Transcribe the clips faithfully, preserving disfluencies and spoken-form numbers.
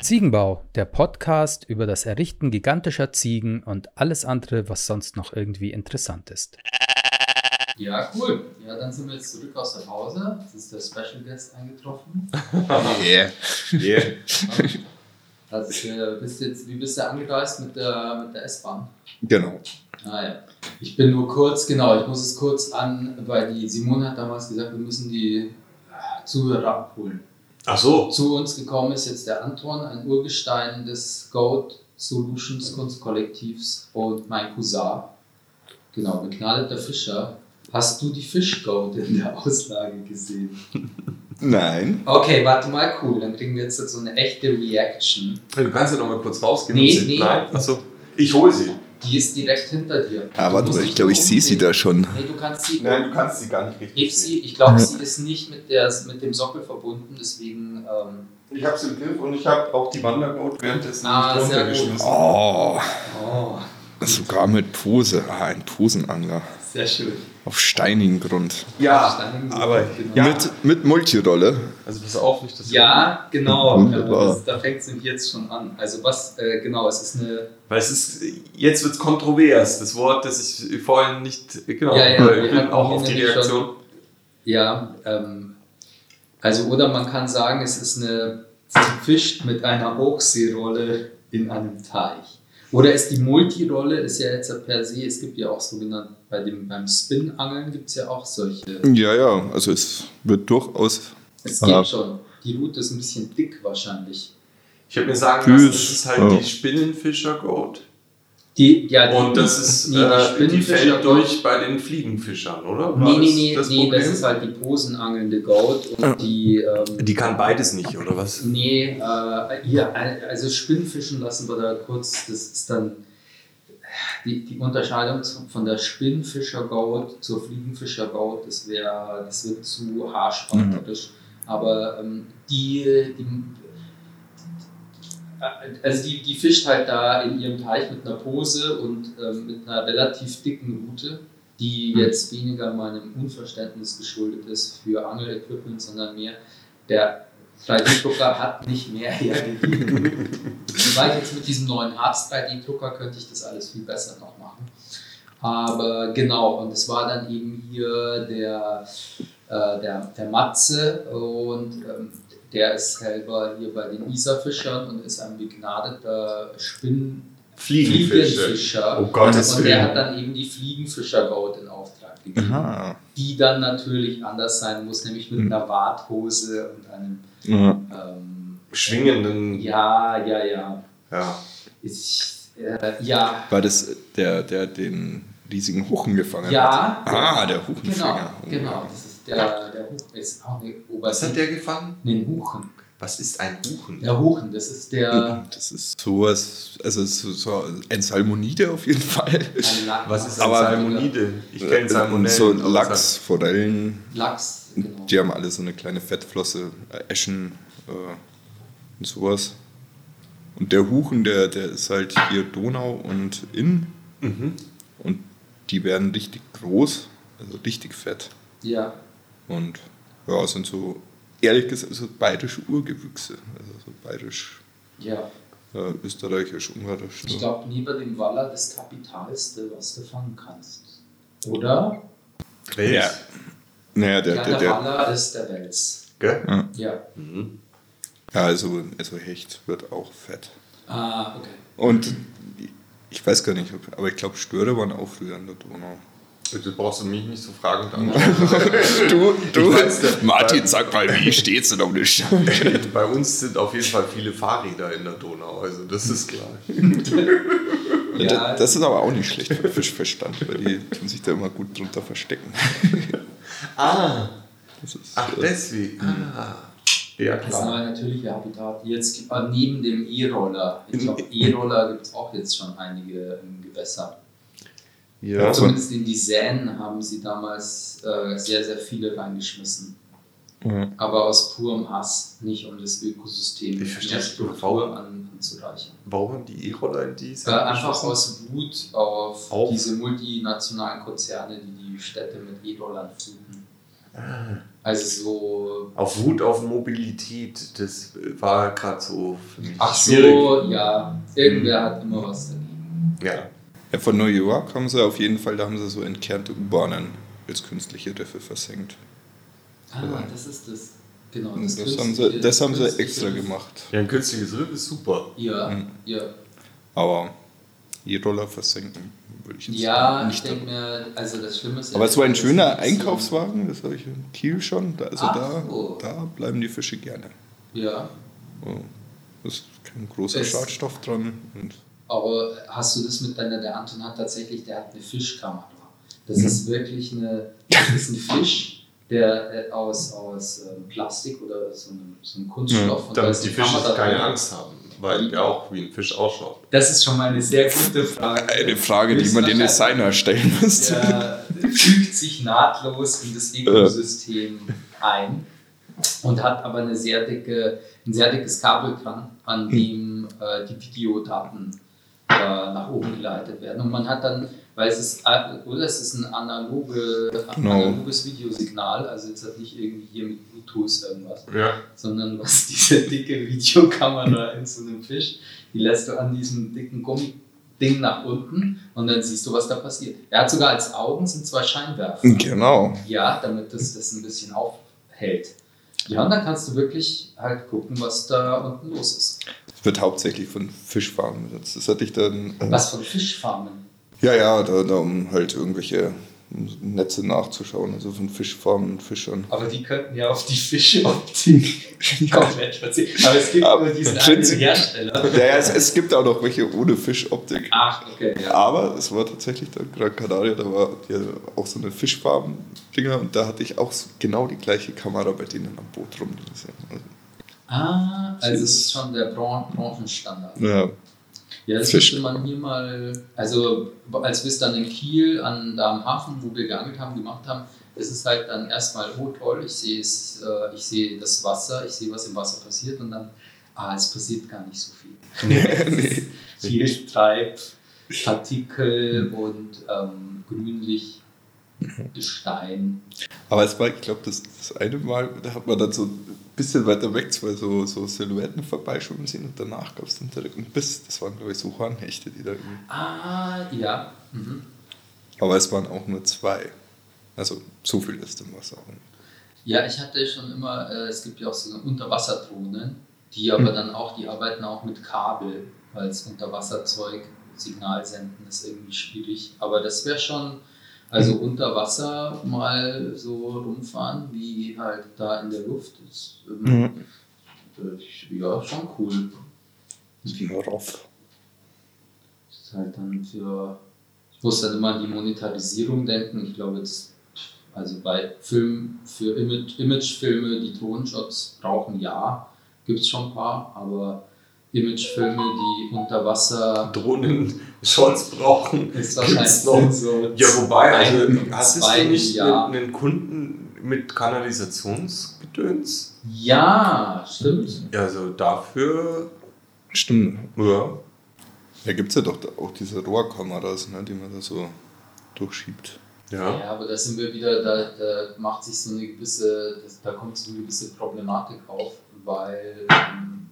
Ziegenbau, der Podcast über das Errichten gigantischer Ziegen und alles andere, was sonst noch irgendwie interessant ist. Ja, cool. Ja, dann sind wir jetzt zurück aus der Pause. Jetzt ist der Special Guest eingetroffen. Yeah. Yeah. Also, äh, bist jetzt, wie bist du angereist mit der, mit der S-Bahn? Genau. Ah ja. Ich bin nur kurz, genau, ich muss es kurz an, weil die Simone hat damals gesagt, wir müssen die Zuhörer abholen. Ach so. Zu uns gekommen ist jetzt der Anton, ein Urgestein des Goat Solutions Kunstkollektivs und mein Cousin. Genau, begnadeter Fischer. Hast du die Fischgoat in der Auslage gesehen? Nein. Okay, warte mal, cool. Dann kriegen wir jetzt so eine echte Reaction. Du kannst ja noch mal kurz rausgehen. Nee, und sie, nee. Nein? Achso. Ich hole sie. Die ist direkt hinter dir. Aber Du musst ich dich glaube, ich nur sehe sie umdrehen. da schon. Nee, du kannst sie. Nein, du kannst sie gar nicht richtig Heb sie. Ich glaube, sie ist nicht mit, der, mit dem Sockel verbunden, deswegen. Ähm, Ich habe sie im Griff und ich habe auch die Wandergoat währenddessen Ah, nicht sehr runtergeschmissen. Oh, oh, sogar mit Pose. Ah, ein Posenangler. sehr schön. Auf steinigem Grund. Ja, Dann- aber genau. ja. Mit, mit Multirolle. Also pass auf, nicht dass Ja, genau. Wunderbar. Ja, das, da fängt es nämlich jetzt schon an. Also was, äh, genau, es ist eine... Weil es ist, jetzt wird es kontrovers, das Wort, das ich vorhin nicht, genau, Ja, ja, weil wir ich bin hatten auch hier auf die nämlich Reaktion. Ja, ähm, also oder man kann sagen, es ist eine... Sie fischt mit einer Hochseerolle in einem Teich. Oder ist die Multirolle, ist ja jetzt ja per se, es gibt ja auch sogenannt, bei dem, beim Spin-Angeln gibt es ja auch solche... Ja, ja, also es wird durchaus. Es Ah. geht schon. Die Rute ist ein bisschen dick wahrscheinlich. Ich habe mir sagen lassen, Tschüss. das ist halt Oh. die Spinnenfischer-Goat. Die, ja, die, Und das ist, nee, die äh, die Spinnenfischer- fällt durch bei den Fliegenfischern, oder? War Nee, nee, das nee, das nee, Problem? das ist halt die posenangelnde Goat und die, ähm, Die kann beides nicht, oder was? nee, äh, hier, also Spinnfischen lassen wir da kurz, das ist dann die, die Unterscheidung zu- von der Spinnfischer-Goat zur Fliegenfischer-Goat, das wäre, das wird zu haarspalterisch, aber ähm, die, die also die, die fischt halt da in ihrem Teich mit einer Pose und ähm, mit einer relativ dicken Rute, die jetzt weniger meinem Unverständnis geschuldet ist für Angelequipment, sondern mehr der drei D-Drucker hat nicht mehr hergegeben. Weil jetzt mit diesem neuen Harz drei D-Drucker könnte ich das alles viel besser noch machen. Aber genau, und es war dann eben hier der, äh, der, der Matze und ähm, der ist selber hier bei den Isarfischern und ist ein begnadeter Spinn Fliegenfischer. Oh Gottes und der Willen. hat dann eben die Fliegenfischer-Goat in Auftrag gegeben, Aha. die dann natürlich anders sein muss, nämlich mit einer Warthose und einem Ja. ähm, Schwingenden. ja, ja, ja. Ja. Ich, äh, ja, War das der, der den riesigen Huchen gefangen ja. hat? Ah, der Genau, Huchenfänger. genau. Das ist der, der Huchen. Ist auch eine Was hat der gefangen? Den Huchen. Was ist ein Huchen? Der Huchen, das ist der. Das ist sowas, also so, so ein Salmonide auf jeden Fall. Ein Lachs. Was ist Aber- ein Salmonide? Ich kenne Und Salmonellen. so aber Lachs, Forellen, Lachs, genau. die haben alle so eine kleine Fettflosse, äh, Eschen äh, und sowas. Und der Huchen, der, der ist halt hier Donau und Inn Mhm. und die werden richtig groß, also richtig fett. Ja. Und ja, sind so, ehrlich gesagt, so bayerische Urgewüchse. Also so bayerisch, Ja. äh, österreichisch, ungarisch. Ich So. glaube, neben dem Waller das Kapitalste, was du fangen kannst. Oder? Wels. Ja. Naja, der, Ja, der, der der, Waller ist der Wels. Gell? Ja. Mhm. ja, also, also Hecht wird auch fett. Ah, okay. Und ich weiß gar nicht, ob- aber ich glaube, Störe waren auch früher in der Donau. Du brauchst du mich nicht so fragend anschauen. Du, du, Ich weiß, der- Martin, sag mal, wie steht's denn um den Stand? Bei uns sind auf jeden Fall viele Fahrräder in der Donau, also das ist klar. Ja, Das ist aber auch nicht schlecht für Fischverstand, weil die tun sich da immer gut drunter verstecken. Ah, Das ist, ach äh, deswegen. Ah. Ja, das ist klar. ein natürlicher Habitat. Jetzt äh, neben dem E-Roller. Ich glaube, E-Roller gibt es auch jetzt schon einige im Gewässer. Ja. Zumindest in die Seen haben sie damals äh, sehr, sehr viele reingeschmissen. ja. Aber aus purem Hass, nicht um das Ökosystem Ich verstehe mehr nicht, Struktur warum- an, anzureichern. Warum haben die E-Roller in die Äh, einfach aus Wut auf, Auf? diese multinationalen Konzerne, die die Städte mit E-Rollern fluten. Ah. Also so... Auf Wut auf Mobilität, das war gerade so für mich Ach schwierig. so, ja. Irgendwer hat immer was dagegen. Ja. Ja, von New York haben sie auf jeden Fall, da haben sie so entkernte U-Bahnen als künstliche Riffe versenkt. Ah, das ist das. Genau. Das, Das, das, haben, sie, das haben sie künstliche extra Riff. gemacht. Ja, ein künstliches Riff ist super. Ja, Mhm. ja. Aber E-Roller versenken würde ich jetzt Ja, ich nicht. denke mir, also das Schlimme ist ja... Aber so ein das schöner ist so- Einkaufswagen, das habe ich in Kiel schon. Da, also Ach da, so. da bleiben die Fische gerne. Ja, Oh, da ist kein großer Es- Schadstoff dran. Und aber hast du das mit deiner, der Anton hat tatsächlich, der hat eine Fischkamera. Das Mhm. ist wirklich eine, das ist ein Fisch, der äh, aus, aus ähm, Plastik oder so einem, so einem Kunststoff. und da Damit ist die eine Fische Kamera keine drin. Angst haben, weil der auch wie ein Fisch ausschaut. Das ist schon mal eine sehr gute Frage. eine Frage, die man den Designer stellen müsste. Der fügt sich nahtlos in das Ökosystem ein und hat aber eine sehr dicke, ein sehr dickes Kabel dran, an dem äh, die Videodaten äh, nach oben geleitet werden. Und man hat dann, weil es ist, äh, oder es ist ein analoge, Genau. analoges Videosignal, also jetzt hat nicht irgendwie hier mit Bluetooth irgendwas, Ja. sondern was diese dicke Videokamera in so einem Fisch, die lässt du an diesem dicken Gummiding nach unten und dann siehst du, was da passiert. Er hat sogar als Augen sind zwei Scheinwerfer. Genau. Ja, damit das das ein bisschen aufhält. Ja, und dann kannst du wirklich halt gucken, was da unten los ist. Es wird hauptsächlich von Fischfarmen benutzt. Das hatte ich dann. Äh, Was von Fischfarmen. Ja, ja, da, da um halt irgendwelche Netze nachzuschauen, also von Fischfarmen und Fischern. Aber die könnten ja auf die Fischoptik komplett verzichten. Aber es gibt Aber nur diesen einen prinzip- Hersteller. Ja, ja, es, es gibt auch noch welche ohne Fischoptik. Ach, okay, ja. Aber es war tatsächlich dann Gran Canaria, da war die auch so eine Fischfarben-Dinger und da hatte ich auch so genau die gleiche Kamera bei denen am Boot rum. Also, Ah, also es ist schon der Bran- Branchenstandard. ja. Ja, das Fisch. müsste man hier mal, also als wir es dann in Kiel an, da am Hafen, wo wir geangelt haben, gemacht haben, ist es halt dann erstmal, oh toll, ich sehe es, äh, ich sehe das Wasser, ich sehe, was im Wasser passiert und dann, ah, es passiert gar nicht so viel. Nee. Viel Treib, Partikel und ähm, grünlich, Gestein. Aber es war, ich glaube, das, das eine Mal, da hat man dann so ein bisschen weiter weg zwei so, so Silhouetten vorbeischwimmen sehen und danach gab es dann direkt einen Biss. Das waren, glaube ich, so Hornhechte, die da irgendwie. Ah, ja. Mhm. Aber es waren auch nur zwei. Also so viel ist im Wasser. Ja, ich hatte schon immer, äh, es gibt ja auch so Unterwasserdrohnen, die aber dann auch, die arbeiten auch mit Kabel, weil es Unterwasserzeug, Signal senden ist irgendwie schwierig. Aber das wäre schon, also unter Wasser mal so rumfahren, wie halt da in der Luft, ist ähm, äh, ja schon cool. Rauf. Das ist halt dann für, ich muss dann immer an die Monetarisierung denken. Ich glaube jetzt, also bei Filmen, für Image, Imagefilme, die Drohnenshots brauchen, ja, gibt es schon ein paar, aber Imagefilme, die unter Wasser Drohnen-Shots brauchen. ist Gibt's wahrscheinlich noch? so. Ja, wobei, also ein, hast zwei du nicht Jahr. einen, einen Kunden mit Kanalisationsgedöns? Ja, stimmt. Ja, also dafür, Stimmt. ja. Da gibt es ja doch auch diese Rohrkameras, ne, die man da so durchschiebt. Ja. Ja, aber da sind wir wieder, da, da macht sich so eine gewisse, das, da kommt so eine gewisse Problematik auf, weil ähm,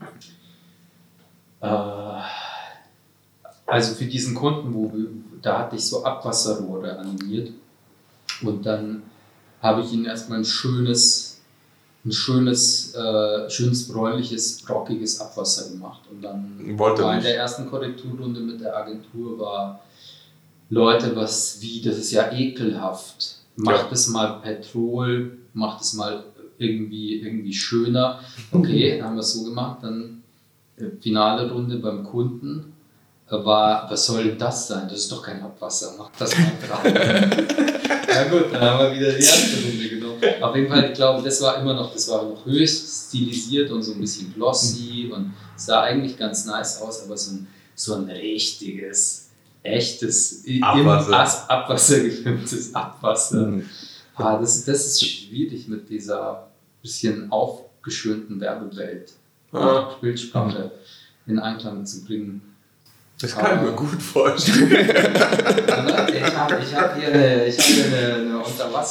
äh, also für diesen Kunden, wo wir, da hatte ich so Abwasserrohre animiert und dann habe ich ihnen erstmal ein schönes, ein schönes, äh, schönes bräunliches, brockiges Abwasser gemacht und dann Wollte war in nicht. der ersten Korrekturrunde mit der Agentur war Leute, was wie, das ist ja ekelhaft. Macht Ja. es mal Petrol, macht es mal irgendwie, irgendwie schöner. Okay, dann haben wir es so gemacht. Dann äh, finale Runde beim Kunden äh, war, was soll denn das sein? Das ist doch kein Abwasser, macht das mal dran. Na gut, dann haben wir wieder die erste Runde genommen. Auf jeden Fall, ich glaube, das war immer noch, das war noch höchst stilisiert und so ein bisschen glossy und sah eigentlich ganz nice aus, aber so ein, so ein richtiges, echtes, im Abwasser. As- Abwasser gefilmtes Abwasser. Mhm. Ah, das, das ist schwierig mit dieser bisschen aufgeschönten Werbewelt, Ah. Bildsprache in Einklang zu bringen. Das kann ich mir gut vorstellen. Ich habe ich hab hier, eine, ich hab hier eine, eine Unterwasser,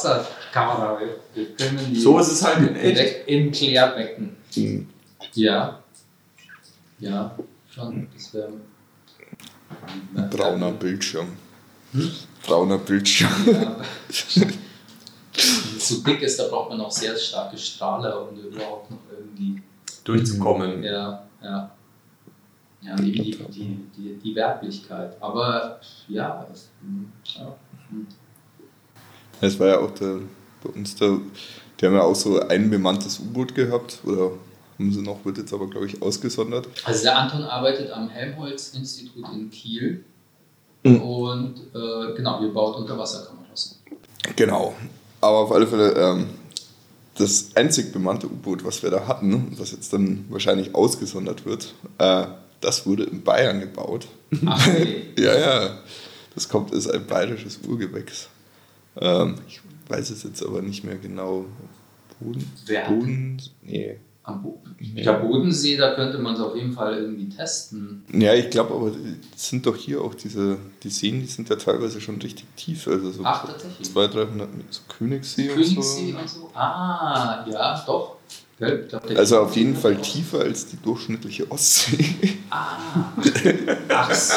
Kamera. Wir, wir können die So ist es halt in echt. direkt im Klärbecken. Mhm. Ja. Ja, schon. Das wäre Ein brauner Bildschirm. Hm? Brauner Bildschirm. Ja. Wenn es so dick ist, da braucht man auch sehr starke Strahler, um überhaupt noch irgendwie. Durchzukommen. Ja, ja. Ja, die, die, die, die, die Werblichkeit. Aber ja, es, ja. Es war ja auch der, bei uns der, die haben ja auch so ein bemanntes U-Boot gehabt, oder haben sie noch, wird jetzt aber glaube ich ausgesondert. Also der Anton arbeitet am Helmholtz-Institut in Kiel Mhm. und äh, genau, wir bauen Unterwasserkameras. Genau, aber auf alle Fälle ähm, das einzig bemannte U-Boot, was wir da hatten, was jetzt dann wahrscheinlich ausgesondert wird, äh, das wurde in Bayern gebaut. Ach nee. Ja, ja, das kommt, ist ein bayerisches Urgewächs. Ähm, ich weiß es jetzt aber nicht mehr genau. Boden? Wer hat Boden? Nee. Am Bo- Ja, Bodensee, da könnte man es auf jeden Fall irgendwie testen. Ja, ich glaube aber, es sind doch hier auch diese, die Seen, die sind ja teilweise schon richtig tief, also so Ach, tatsächlich. zweihundert, dreihundert Meter, so Königssee, Königssee und und so? Ah, ja, doch. Gell? Ich glaub, so. der Also auf jeden Fall Königssee- tiefer als die durchschnittliche Ostsee. Ah, ach so.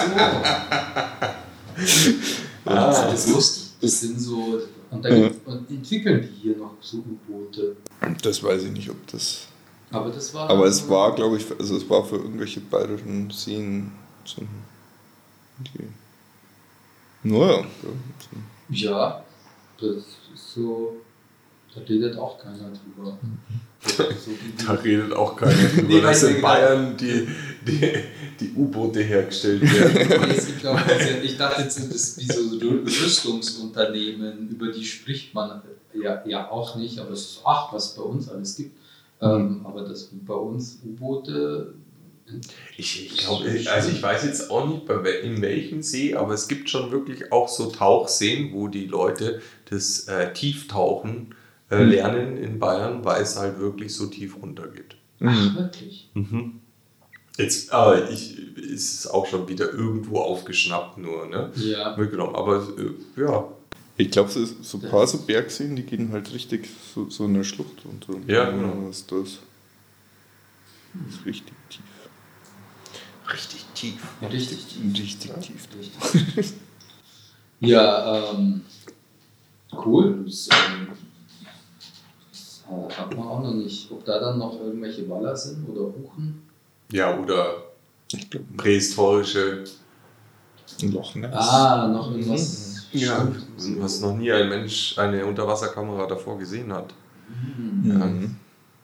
Ah, das wusste ich. Das sind so. Und, dann, Ja. und entwickeln die hier noch so U-Boote. Das weiß ich nicht, ob das... Aber das war. Aber es war, glaube ich, also es war für irgendwelche bayerischen Seen so die... Naja. Ja, das ist so. Da redet auch keiner drüber. So wie Da redet auch keiner drüber, Nee, dass weil in wir Bayern die, die, die U-Boote hergestellt werden. Nee, es gibt auch, ich dachte jetzt sind das wie so Rüstungsunternehmen, über die spricht man ja, ja auch nicht, aber es ist ach, was es bei uns alles gibt. Ähm, aber das bei uns U-Boote. Ich, ich glaube, also ich weiß jetzt auch nicht bei wel- in welchem See, aber es gibt schon wirklich auch so Tauchseen, wo die Leute das äh, Tieftauchen äh, lernen in Bayern, weil es halt wirklich so tief runtergeht. Ach, wirklich? Mhm. Jetzt, aber ich ist es auch schon wieder irgendwo aufgeschnappt nur, ne? Ja. Mitgenommen. Aber äh, ja, Ich glaube, so, so ein paar so Bergseen, die gehen halt richtig so, so eine Schlucht runter. Ja, genau. Das ist das. Das ist richtig tief. richtig tief. Ja, richtig. Richtig tief. Richtig. Ja, ähm, cool. Das, ähm, das hat man auch noch nicht. Ob da dann noch irgendwelche Waller sind oder Buchen? Ja, oder Ich glaube, prähistorische, ein Loch Ness. Ah, noch irgendwas. ja, Stimmt. was noch nie ein Mensch eine Unterwasserkamera davor gesehen hat. Mhm. Mhm.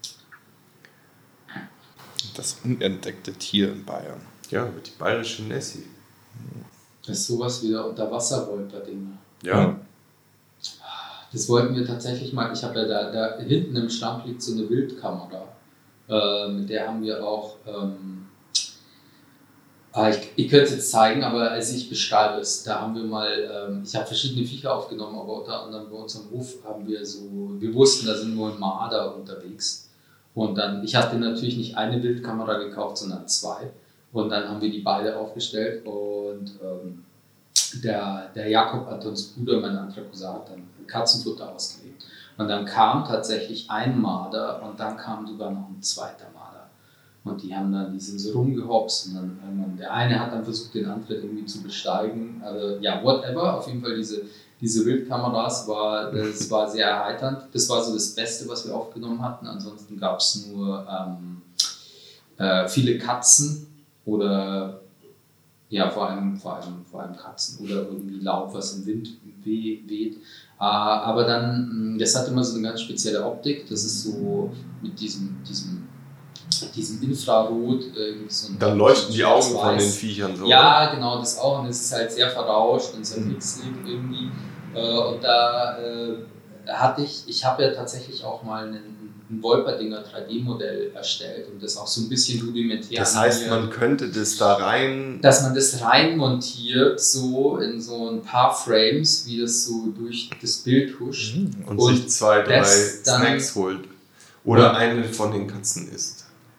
Das unentdeckte Tier in Bayern. Ja, die bayerische Nessie. Das ist sowas wie der Unterwasserwolper-Dinger. Ja, Das wollten wir tatsächlich mal. Ich habe ja da, da hinten im Schrank liegt so eine Wildkamera. Äh, mit der haben wir auch. Ähm, ah, ich ich könnte es jetzt zeigen, aber als ich beschreibe es, da haben wir mal. Ähm, ich habe verschiedene Viecher aufgenommen, aber unter anderem bei uns am Hof haben wir so. Wir wussten, da sind nur ein Marder unterwegs. Und dann, ich hatte natürlich nicht eine Wildkamera gekauft, sondern zwei. Und dann haben wir die beide aufgestellt und ähm, der, der Jakob, Antons Bruder, mein anderer Cousin, hat dann Katzenfutter ausgelegt. Und dann kam tatsächlich ein Marder und dann kam sogar noch ein zweiter Marder. Und die haben dann, die sind so rumgehopst und dann irgendwann, der eine hat dann versucht, den anderen irgendwie zu besteigen. Also ja, whatever, auf jeden Fall diese, diese Wildkameras, war, das war sehr erheiternd. Das war so das Beste, was wir aufgenommen hatten. Ansonsten gab es nur ähm, äh, viele Katzen oder ja, vor allem, vor, allem, vor allem Katzen oder irgendwie Laub, was im Wind weh, weht. Äh, aber dann, mh, das hat immer so eine ganz spezielle Optik. Das ist so mit diesem, diesem, diesem Infrarot. Irgendwie so ein dann leuchten die Augen von Schwarz-Weiß. den Viechern so. Ja, genau, das auch. Und es ist halt sehr verrauscht und sehr pixelig irgendwie. Äh, und da äh, hatte ich, ich habe ja tatsächlich auch mal einen, ein Wolperdinger drei D Modell erstellt und das auch so ein bisschen rudimentär. Das heißt, animiert. man könnte das da rein. Dass man das reinmontiert, so in so ein paar Frames, wie das so durch das Bild huscht. Und, Und sich zwei, drei das dann- Snacks holt. Oder eine von den Katzen isst.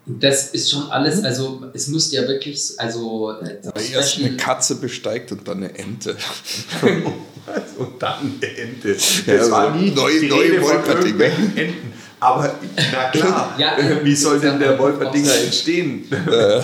Das ist schon alles, also es müsste ja wirklich, also äh, erst eine Katze besteigt und dann eine Ente. Und dann eine Ente. Das Ja, war so nie neue- die neue Rede von Wolperdinger. irgendwelchen Enten. Aber na klar, Ja, wie soll denn der ja, Wolperdinger auch- entstehen? Äh,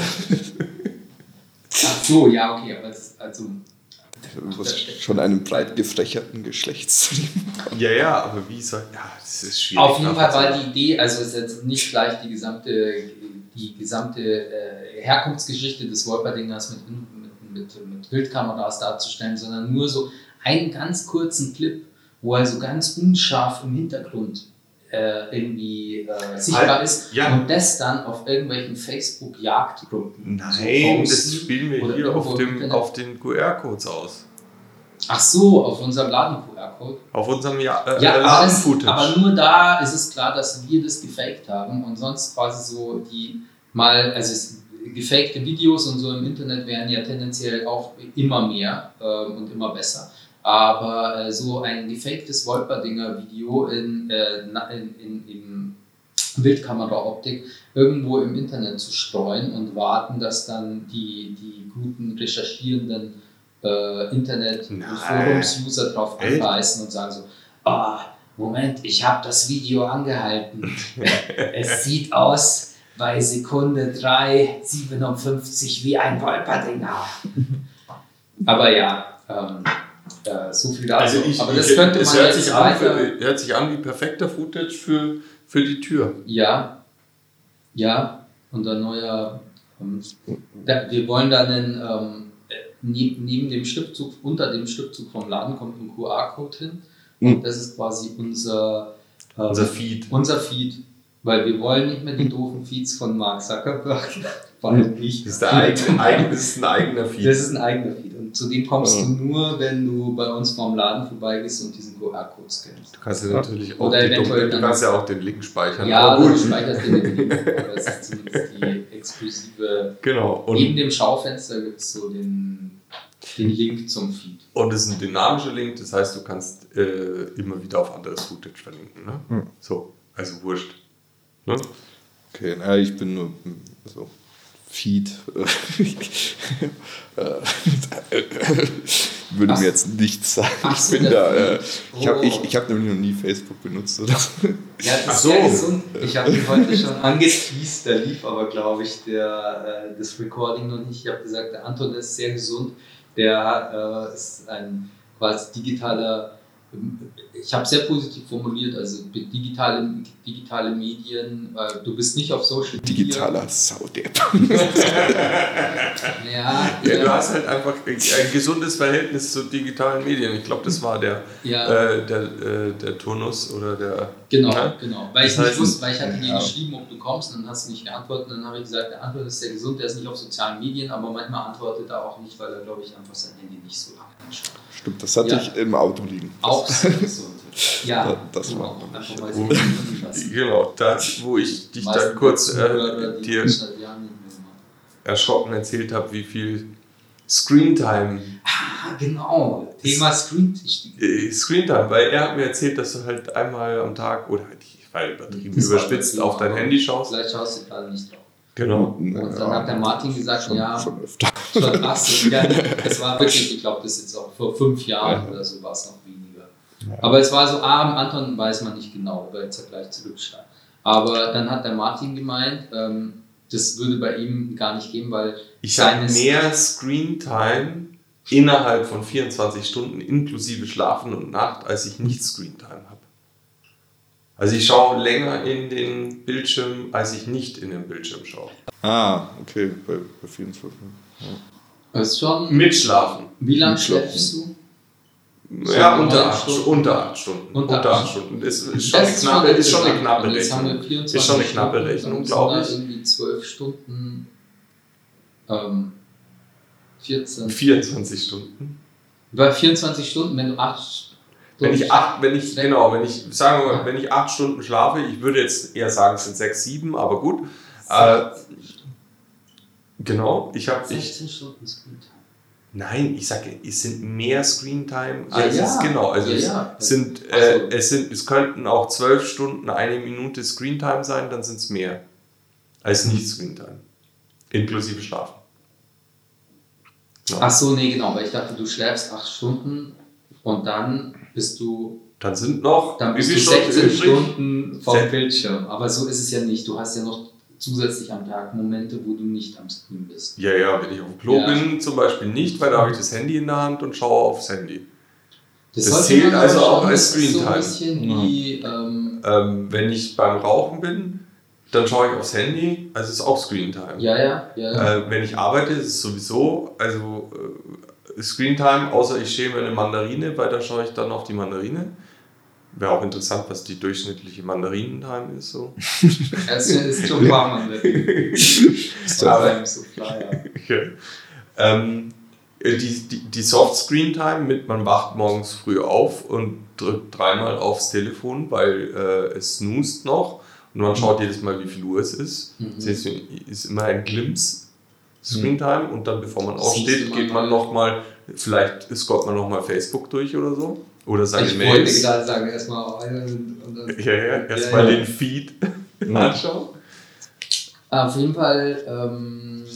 Ach so, ja, okay, aber es, also was schon einem breit gefächerten Geschlechtstrieb. Ja, ja, aber wie soll. Ja, das ist schwierig. auf jeden Fall war nachvollziehbar. die Idee, also es ist jetzt nicht gleich die gesamte, die gesamte äh, Herkunftsgeschichte des Wolperdingers mit, mit, mit, mit Bildkameras darzustellen, sondern nur so einen ganz kurzen Clip, wo er so ganz unscharf im Hintergrund äh, irgendwie äh, sichtbar Halt, ist ja. und das dann auf irgendwelchen Facebook-Jagdgruppen Nein, so das posten spielen wir oder hier irgendwo auf, im dem, Internet. auf den Q R-Codes aus. Ach so, auf unserem Laden-Q R-Code. Auf unserem ja, äh, Ja, aber, das, Laden-Footage. aber nur da ist es klar, dass wir das gefaked haben und sonst quasi so die mal, also es, gefakte Videos und so im Internet wären ja tendenziell auch immer mehr äh, und immer besser. Aber äh, so ein gefaktes Wolperdinger-Video in, äh, na- in, in, in Bildkameraoptik irgendwo im Internet zu streuen und warten, dass dann die, die guten recherchierenden äh, Internet- und Nein. Forums-User drauf Echt? anbeißen und sagen so, ah, Moment, ich habe das Video angehalten. Es sieht aus bei Sekunde drei siebenundfünfzig wie ein Wolperdinger. Aber ja, ähm, äh, so viel dazu. Also ich, Aber das ich, könnte es man hört jetzt sich, an, weiter... für, hört sich an wie perfekter Footage für, für die Tür. Ja, ja, unser neuer, ähm, da, wir wollen dann einen, ähm, neben, neben dem Schriftzug, unter dem Schriftzug vom Laden kommt ein Q R-Code hin. Mhm. Und das ist quasi unser, ähm, Unser Feed. unser Feed. Weil wir wollen nicht mehr die doofen Feeds von Mark Zuckerberg. Vor allem nicht. Das ist, der eigen, eigen, das ist ein eigener Feed. Das ist ein eigener Feed. Und zu dem kommst du nur, wenn du bei uns vorm Laden vorbeigehst und diesen Q R-Code scannst. Du kannst ja natürlich auch, Oder die, eventuell du dann- kannst ja auch den Link speichern. Ja, aber aber du gut. speicherst den Link. Aber es ist zumindest die exklusive. Genau. Und, Neben dem Schaufenster gibt es so den, den Link zum Feed. und es ist ein dynamischer Link, das heißt, du kannst äh, immer wieder auf anderes Footage verlinken. Ne? Hm. So, also wurscht. Ne? Okay, naja, ich bin nur hm, so Feed. äh, würde Ach- mir jetzt nichts sagen. Ach Ich so, bin der da. Äh, Feed. ich habe Oh. ich, ich hab nämlich noch nie Facebook benutzt oder so. Ja, das Ach ist so. sehr gesund. Ich habe ihn heute schon angeteased, da lief aber, glaube ich, der, äh, das Recording noch nicht. Ich habe gesagt, der Anton ist sehr gesund. Der äh, ist ein quasi digitaler, ich habe sehr positiv formuliert, also digitale, digitale Medien, äh, du bist nicht auf Social Media. Digitaler Saudepp. Ja, Ja, du hast halt einfach ein gesundes Verhältnis zu digitalen Medien. Ich glaube, das war der, ja. äh, der, äh, der Turnus oder der. Genau, Ja? genau. Weil ich Das nicht heißt, wusste, weil ich hatte dir ja. geschrieben, ob du kommst, und dann hast du nicht geantwortet. Und dann habe ich gesagt, der Antwort ist sehr gesund, der ist nicht auf sozialen Medien, aber manchmal antwortet er auch nicht, weil er, glaube ich, einfach sein Handy nicht so lange anschaut. Stimmt, das hatte Ja. ich im Auto liegen. Auch sehr gesund. Ja, Ja, das genau. war noch Einfach nicht. mal so liegen lassen. Genau, das, wo ich dich Meistens dann kurz Zuhörer, äh, die dir uns seit Jahren nicht mehr machen. erschrocken erzählt habe, wie viel Screentime, Ah, genau. Thema Screen. Ich, äh, Screentime, weil er hat mir erzählt, dass du halt einmal am Tag oder ich war übertrieben Das war überspitzt übertrieben, auf dein aber Handy schaust. Vielleicht schaust du gerade nicht drauf. Genau. Und dann hat der Martin gesagt, schon, ja, schon öfter. schon krass. Ja, es war wirklich, ich glaube, das ist jetzt auch vor fünf Jahren oder so war es noch weniger. Aber es war so, ah, am Anton weiß man nicht genau, weil jetzt ja gleich zurückschreibt. Aber dann hat der Martin gemeint, ähm, das würde bei ihm gar nicht gehen, weil Ich habe seines- mehr Screentime innerhalb von vierundzwanzig Stunden inklusive Schlafen und Nacht, als ich nicht Screentime habe. Also ich schaue länger in den Bildschirm, als ich nicht in den Bildschirm schaue. Ah, okay, bei, bei vierundzwanzig. Ja. Das ist schon. Mit Schlafen. Wie lange Mitschlafen. schläfst du? Ja, So unter neun acht, Stunden. unter acht Stunden. Unter Unter acht acht Stunden. Ist, ist, schon, Das eine knappe, ist schon eine knappe Und jetzt haben wir Rechnung. vierundzwanzig Ist schon eine knappe Stunden, Rechnung, dann glaube sind ich. da irgendwie zwölf Stunden, ähm, vierzehn. vierundzwanzig Stunden. Bei vierundzwanzig Stunden, wenn du acht Stunden. Wenn ich acht, wenn ich, Weg- genau, wenn ich, sagen wir mal, wenn ich acht Stunden schlafe, ich würde jetzt eher sagen, es sind sechs, sieben, aber gut. Äh, genau, ich habe, ich, sechzehn Stunden Screentime. nein, ich sage, es sind mehr Screentime Ja, als ja. es, genau, also Ja, es ja. sind, Ach äh, so. es sind, es könnten auch zwölf Stunden, eine Minute Screentime sein, dann sind es mehr. Als nicht Screentime. Inklusive Schlafen. Ja. Ach so, nee, genau, weil ich dachte, du schläfst acht Stunden und dann bist du, Dann sind noch dann bist wie du viele sechzehn übrig? Stunden vom Sech- Bildschirm. Aber so ist es ja nicht. Du hast ja noch zusätzlich am Tag Momente, wo du nicht am Screen bist. Ja, ja, wenn ich auf dem Klo Ja. bin, zum Beispiel nicht, weil da habe ich das Handy in der Hand und schaue aufs Handy. Das sollte zählt man also aber auch schon, als das ist so ein Screentime. bisschen wie, ähm, Ähm, wenn ich beim Rauchen bin, dann schaue ich aufs Handy, also ist auch Screentime. ja, ja, ja, ja. Äh, wenn ich arbeite, ist es sowieso, also äh, Screentime, außer ich schäme eine Mandarine, weil da schaue ich dann auf die Mandarine. Wäre auch interessant, was die durchschnittliche Mandarinentime ist. So. Es ist schon warm an der Aber- so Flyer. Ja. Ähm, die, die, die Soft-Screen-Time mit, man wacht morgens früh auf und drückt dreimal aufs Telefon, weil äh, es snoost noch und man schaut jedes Mal, wie viel Uhr es ist. Mhm. Es ist, ist immer ein Glimpse Screen-Time und dann, bevor man Siehst aufsteht, du geht mal. man nochmal, vielleicht scrollt man nochmal Facebook durch oder so. Oder seine Ich wollte Mails. gerade sagen, erstmal einen und dann. Ja, ja, erstmal Ja, ja. den Feed anschauen. Auf jeden Fall, ähm,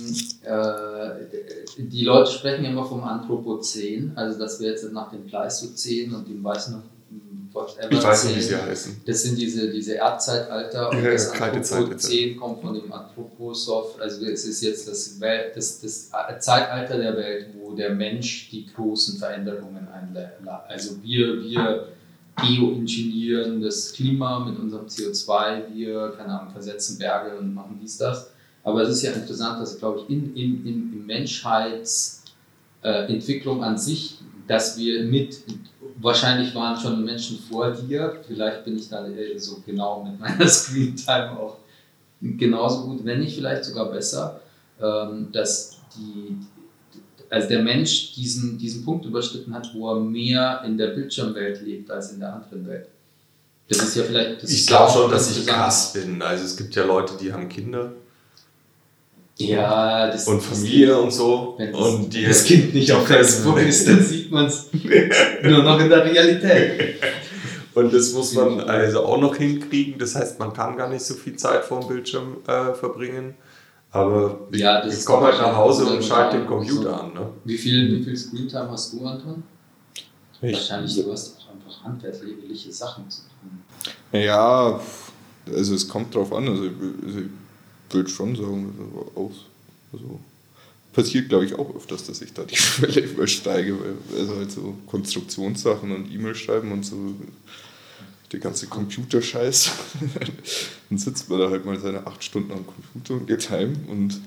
äh, die Leute sprechen immer vom Anthropozän, also dass wir jetzt nach dem Pleistozän und dem weiß noch whatever Ich weiß nicht, wie sie Zän, heißen. das sind diese, diese Erdzeitalter und Ja, das kalte Anthropozän kommt von dem Anthroposoft, also es ist jetzt das, Welt, das, das Zeitalter der Welt, wo der Mensch die großen Veränderungen einleitet. Also wir, wir geoingenieren das Klima mit unserem C O zwei, wir, keine Ahnung, versetzen Berge und machen dies, das. Aber es ist ja interessant, dass, glaube ich, in, in, in, in Menschheitsentwicklung äh, an sich, dass wir mit, wahrscheinlich waren schon Menschen vor dir, vielleicht bin ich da äh, so genau mit meiner Screentime auch genauso gut, wenn nicht vielleicht sogar besser, ähm, dass die, also der Mensch diesen, diesen Punkt überschritten hat, wo er mehr in der Bildschirmwelt lebt als in der anderen Welt. Das ist ja vielleicht... Das Ich ist glaube auch schon, dass ich interessant. krass bin. Also es gibt ja Leute, die haben Kinder Ja, das und Familie und so. Wenn das, Und die das Kind nicht auf Facebook ist, dann sieht man es nur noch in der Realität. Und das muss man also auch noch hinkriegen. Das heißt, man kann gar nicht so viel Zeit vor dem Bildschirm äh, verbringen. Aber ich, Ja, das ich ist komme halt doch nach Hause schon und schalte den so. Computer an. Ne? Wie viel, wie viel Screentime hast du, Anton? Ich- Wahrscheinlich, du hast auch einfach handwerkliche Sachen zu tun. Ja, also es kommt drauf an. Also ich, also ich würde schon sagen, also aus. Also passiert, glaube ich, auch öfters, dass ich da die Schwelle übersteige, weil also halt so Konstruktionssachen und E-Mail schreiben und so der ganze Computerscheiß. Dann sitzt man da halt mal seine acht Stunden am Computer und geht heim und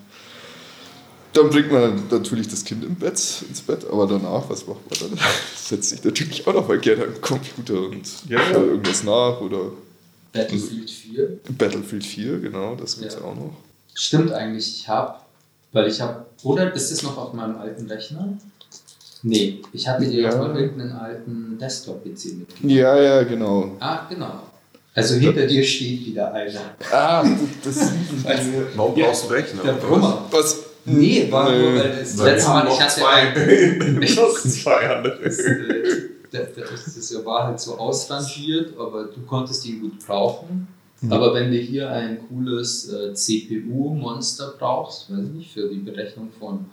dann bringt man natürlich das Kind im Bett, ins Bett, aber danach, was macht man dann? Setzt sich natürlich auch noch mal gerne am Computer und Ja, ja. schaut irgendwas nach oder Battlefield vier. Battlefield vier, genau, das gibt's Ja. ja auch noch. Stimmt eigentlich, ich habe, weil ich habe, oder ist es noch auf meinem alten Rechner? Nee, ich hatte dir Ja. ja mal irgendeinen alten Desktop-P C mitgebracht. Ja, ja, genau. Ah, genau. Also hinter dir steht wieder einer. Ah, das Warum brauchst du einen Rechner? Der Brummer. was? Nee, war nur, weil das Weil letzte wir Mal, haben ich noch hatte zwei, noch zwei Das, andere. äh, das, das, das war halt so ausrangiert, aber du konntest ihn gut brauchen. Mhm. Aber wenn du hier ein cooles äh, C P U-Monster brauchst, weiß ich nicht, für die Berechnung von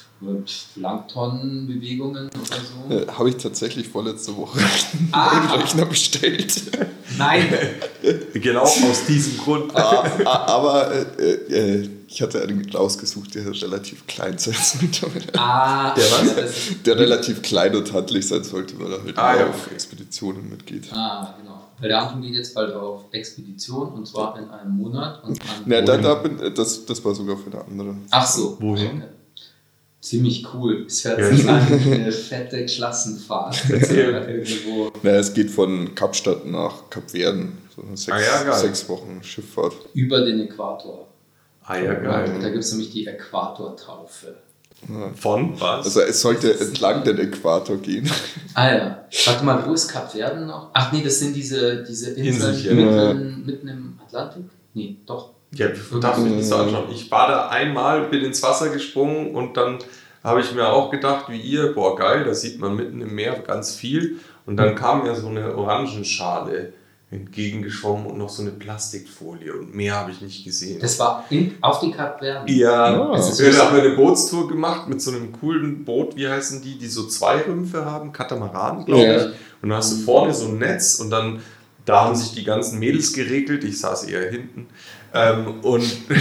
äh, Langtonnenbewegungen oder so. Äh, Habe ich tatsächlich vorletzte Woche Ah. einen Rechner bestellt. Nein! Genau aus diesem Grund. Ah, ah, aber äh, äh, ich hatte einen rausgesucht, der relativ klein sein sollte. Ah, Der was? das ist- Der relativ klein und handlich sein sollte, weil er halt Ah, eher ja. auf Expeditionen mitgeht. Ah, genau. Weil der Anton geht jetzt bald auf Expedition und zwar in einem Monat. Und an Na, da, da bin, das, das war sogar für eine andere. Ach so. Wohin? Okay. Ziemlich cool. Es hört Ja, sich so- an wie eine fette Klassenfahrt. Erzähl. Irgendwo. Na, es geht von Kapstadt nach Kapverden. So eine sechs, Ah, ja, geil. sechs Wochen Schifffahrt. Über den Äquator. Ah ja, Da geil. gibt es nämlich die Äquatortaufe. Ja. Von was? Also es sollte entlang den Äquator gehen. Ah ja. Warte mal, wo ist Kapverden noch? Ach nee, das sind diese, diese Inseln Inselchen. mitten, mitten im Atlantik? Nee, doch. Ja, darf ich mir das anschauen. Ich war da einmal, bin ins Wasser gesprungen und dann habe ich mir auch gedacht, wie ihr, boah geil, da sieht man mitten im Meer ganz viel. Und dann kam ja so eine Orangenschale entgegengeschwommen und noch so eine Plastikfolie und mehr habe ich nicht gesehen. Das war in, auf die Kap Verde. Ja, Ah. wir haben eine Bootstour gemacht mit so einem coolen Boot, wie heißen die, die so zwei Rümpfe haben, Katamaran, glaube Ja. ich. Und dann hast du vorne so ein Netz und dann, da haben sich die ganzen Mädels geregelt, ich saß eher hinten. Ähm, und,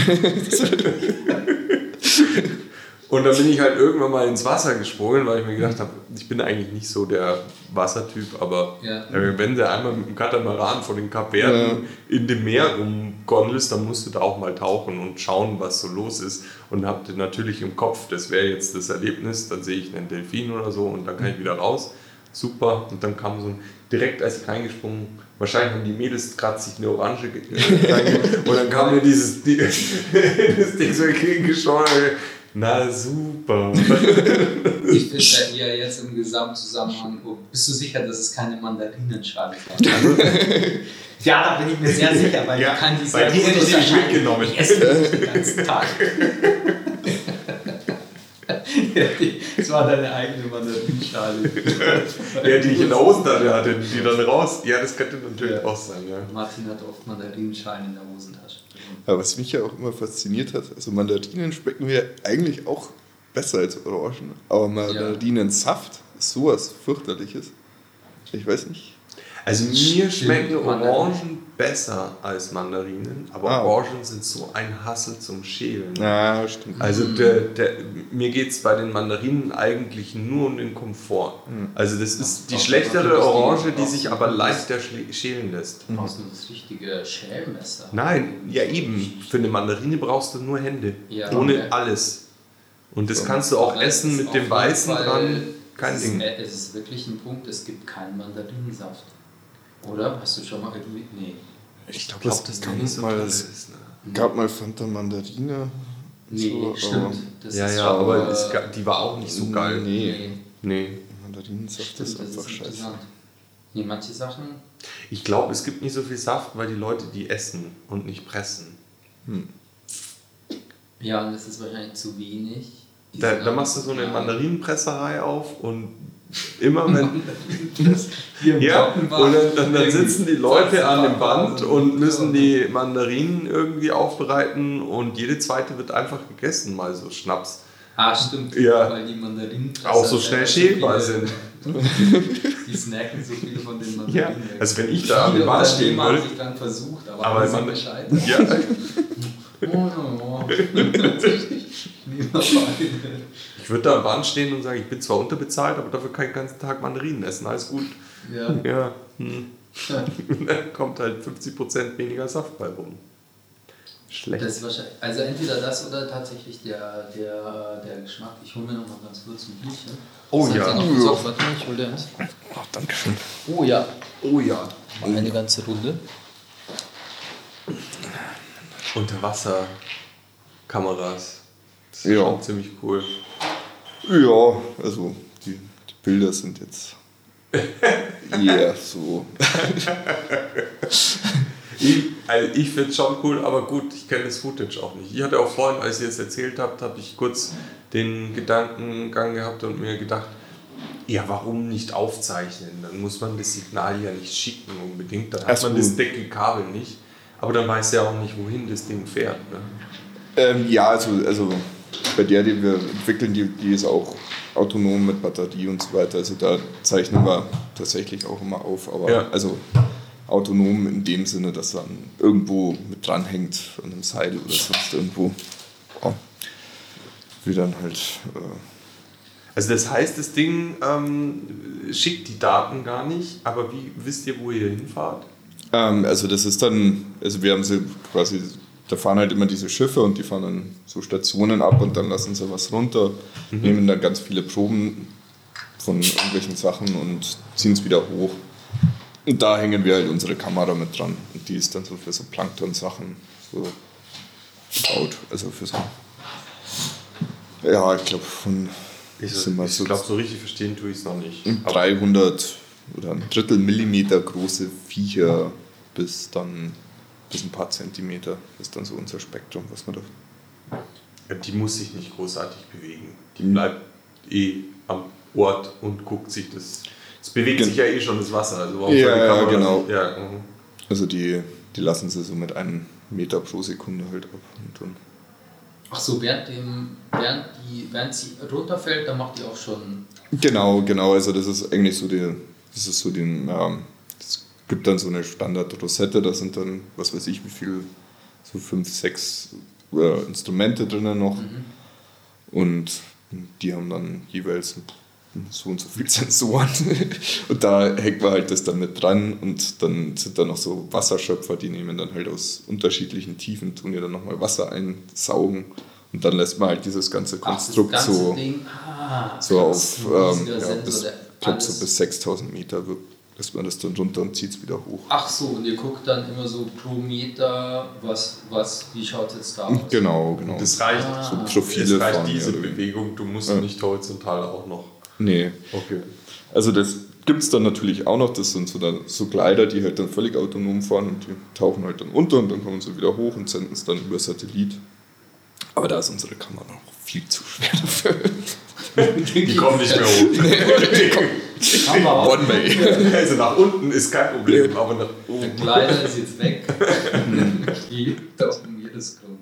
und dann bin ich halt irgendwann mal ins Wasser gesprungen, weil ich mir gedacht habe, ich bin eigentlich nicht so der Wassertyp, aber Ja. äh, wenn du einmal mit dem Katamaran vor den Kap Verden in dem Meer rumgondelst, dann musst du da auch mal tauchen und schauen, was so los ist. Und habt natürlich im Kopf, das wäre jetzt das Erlebnis, dann sehe ich einen Delfin oder so und dann kann ich wieder raus. Super. Und dann kam so ein, direkt als ich reingesprungen, wahrscheinlich haben die Mädels gerade sich eine Orange ge- äh, reingegeben und dann kam mir dieses die, das Ding so entgegengeschaut. Na super. Ich finde ja eher jetzt im Gesamtzusammenhang, oh, bist du sicher, dass es keine Mandarinenschale war? Ja, da bin ich mir sehr sicher, weil Ja, ich kann die weil sehr die gut hätte ich nämlich unterscheiden. mitgenommen. Ich esse die den ganzen Tag. Ja, die- Das war deine eigene Mandarinenschale. Ja, die ich in der Hosentasche hatte, die dann raus. Ja, das könnte natürlich Ja. auch sein, ja. Martin hat oft Mandarinenschalen in der Hosentasche. Aber was mich ja auch immer fasziniert hat, also Mandarinen schmecken mir eigentlich auch besser als Orangen, aber Mandarinensaft ist sowas fürchterliches. Ich weiß nicht. Also mir Stimmt, schmecken Mandarinen. Orangen besser als Mandarinen, aber Ah. Orangen sind so ein Hassel zum Schälen. Ja, stimmt. Also der, der, mir geht es bei den Mandarinen eigentlich nur um den Komfort. Also das ist die Auch- schlechtere auch- Orange, die auch- sich aber leichter schle- schälen lässt. Du brauchst nur das richtige Schälmesser. Nein, ja eben. Für eine Mandarine brauchst du nur Hände. Ja. Ohne Okay. alles. Und das So. kannst du auch Aber es essen ist mit auf dem jeden Weißen Fall- dran. Kein es Ding. Ist, es ist wirklich ein Punkt, es gibt keinen Mandarinensaft. Oder? Hast du schon mal irgendwie. Nee. Ich glaube, glaub, es das gab nicht so mal, toll es ist, ne? gab mal Fanta Mandarine. Nee, so, aber stimmt. Das Ja, ist ja, schon, aber äh, es, ga- die war auch nicht so geil. Nee, Nee. Mandarinensaft Stimmt, ist das einfach ist scheiße. interessant. Nee, manche Sachen. Ich glaube, es gibt nicht so viel Saft, weil die Leute die essen und nicht pressen. Ja, und das ist wahrscheinlich zu wenig. Die Da, sind da auch- machst du so eine Ja. Mandarinenpresserei auf und immer wenn. Hier im Ja, Glockenbach und dann, dann, dann sitzen die Leute an dem Band Pfefferpause. und müssen die Mandarinen irgendwie aufbereiten und jede zweite wird einfach gegessen, mal so Schnaps. Ah, stimmt. Ja. Weil die Mandarinen Auch so schnell schälbar sind. Die snacken so viele von den Ja, Mandarinen. also wenn ich da am Band stehen würde. würde. sich dann versucht, aber, Aber alle sind man- gescheitert. Ja, Oh, oh, oh. Lieber Weine. ich würde da am Band stehen und sagen, ich bin zwar unterbezahlt, aber dafür kann ich den ganzen Tag Mandarinen essen, alles gut. Ja. Ja, hm. Dann kommt halt fünfzig Prozent weniger Saft bei rum. Schlecht. Das ist wahrscheinlich, also entweder das oder tatsächlich der, der, der Geschmack. Ich hole mir noch mal ganz kurz ein Bierchen. Oh Was hat ja. ihr noch gesagt? Warte mal, ich hole dir eins. Ach, Dankeschön. Oh ja. Oh ja. Mal eine ganze Runde. Unterwasserkameras. Das ist Ja. schon ziemlich cool. Ja, also die, die Bilder sind jetzt eher so. Ich, also ich finde es schon cool, aber gut, ich kenne das Footage auch nicht. Ich hatte auch vorhin, als ihr es erzählt habt, habe ich kurz den Gedankengang gehabt und mir gedacht, ja, warum nicht aufzeichnen? Dann muss man das Signal ja nicht schicken unbedingt, dann hat Ach so. man das Deckelkabel nicht. Aber dann weiß ja auch nicht, wohin das Ding fährt. Ne? Ähm, ja, also, also bei der, die wir entwickeln, die, die ist auch autonom mit Batterie und so weiter. Also da zeichnen wir tatsächlich auch immer auf, aber Ja. also autonom in dem Sinne, dass dann irgendwo mit dranhängt an einem Seil oder sonst irgendwo. Ja. Wie dann halt. Äh, Also das heißt, das Ding ähm, schickt die Daten gar nicht, aber wie wisst ihr, wo ihr hinfahrt? Ähm, also das ist dann, also wir haben sie quasi, da fahren halt immer diese Schiffe und die fahren dann so Stationen ab und dann lassen sie was runter, Mhm. nehmen dann ganz viele Proben von irgendwelchen Sachen und ziehen es wieder hoch. Und da hängen wir halt unsere Kamera mit dran und die ist dann so für so Plankton-Sachen so gebaut, also für so, ja, ich glaube von Ich, sind wir ich so glaube, so richtig verstehen tue ich es noch nicht. Aber dreihundert oder ein Drittel Millimeter große Viecher bis dann bis ein paar Zentimeter ist dann so unser Spektrum, was man da. die muss sich nicht großartig bewegen. Die bleibt eh am Ort und guckt sich das. Es bewegt Gen- sich ja eh schon das Wasser. Also warum Ja, soll die ja, Kamera genau. sich- Ja, mhm. Also die, die lassen sie so mit einem Meter pro Sekunde halt ab. Und dann Ach so, während, dem, während, die, während sie runterfällt, dann macht die auch schon... Genau, genau, also das ist eigentlich so die, das ist so den, ja, es gibt dann so eine Standard-Rosette, da sind dann, was weiß ich, wie viel, so fünf, sechs äh, Instrumente drinnen noch Mhm. und die haben dann jeweils so und so viel Sensoren und da hängt man halt das dann mit dran und dann sind da noch so Wasserschöpfer, die nehmen dann halt aus unterschiedlichen Tiefen, tun ja dann nochmal Wasser einsaugen und dann lässt man halt dieses ganze Konstrukt Ach, das ganze so, Ding, ah, so krass, auf, ein ähm, riesiger ja, Sensor, bis, der ich glaub, so alles- bis sechstausend Meter wirkt, lässt man das dann runter und zieht es wieder hoch. Ach so, und ihr guckt dann immer so pro Meter, was, was, wie schaut es jetzt da aus? Genau, genau. Das reicht. Ah. so Profile Es reicht fahren, diese ja, oder wie. Bewegung, du musst Ja. nicht horizontal auch noch. Nee, Okay. also das gibt es dann natürlich auch noch, das sind so, dann, so Gleiter, die halt dann völlig autonom fahren und die tauchen halt dann unter und dann kommen sie wieder hoch und senden es dann über Satellit. Aber da ist unsere Kamera noch viel zu schwer dafür. Die kommen nicht mehr hoch. Haben wir auch. One way. Also nach unten ist kein Problem, aber nach Der oben. Kleider ist jetzt weg. Die auf dem Meeresgrund.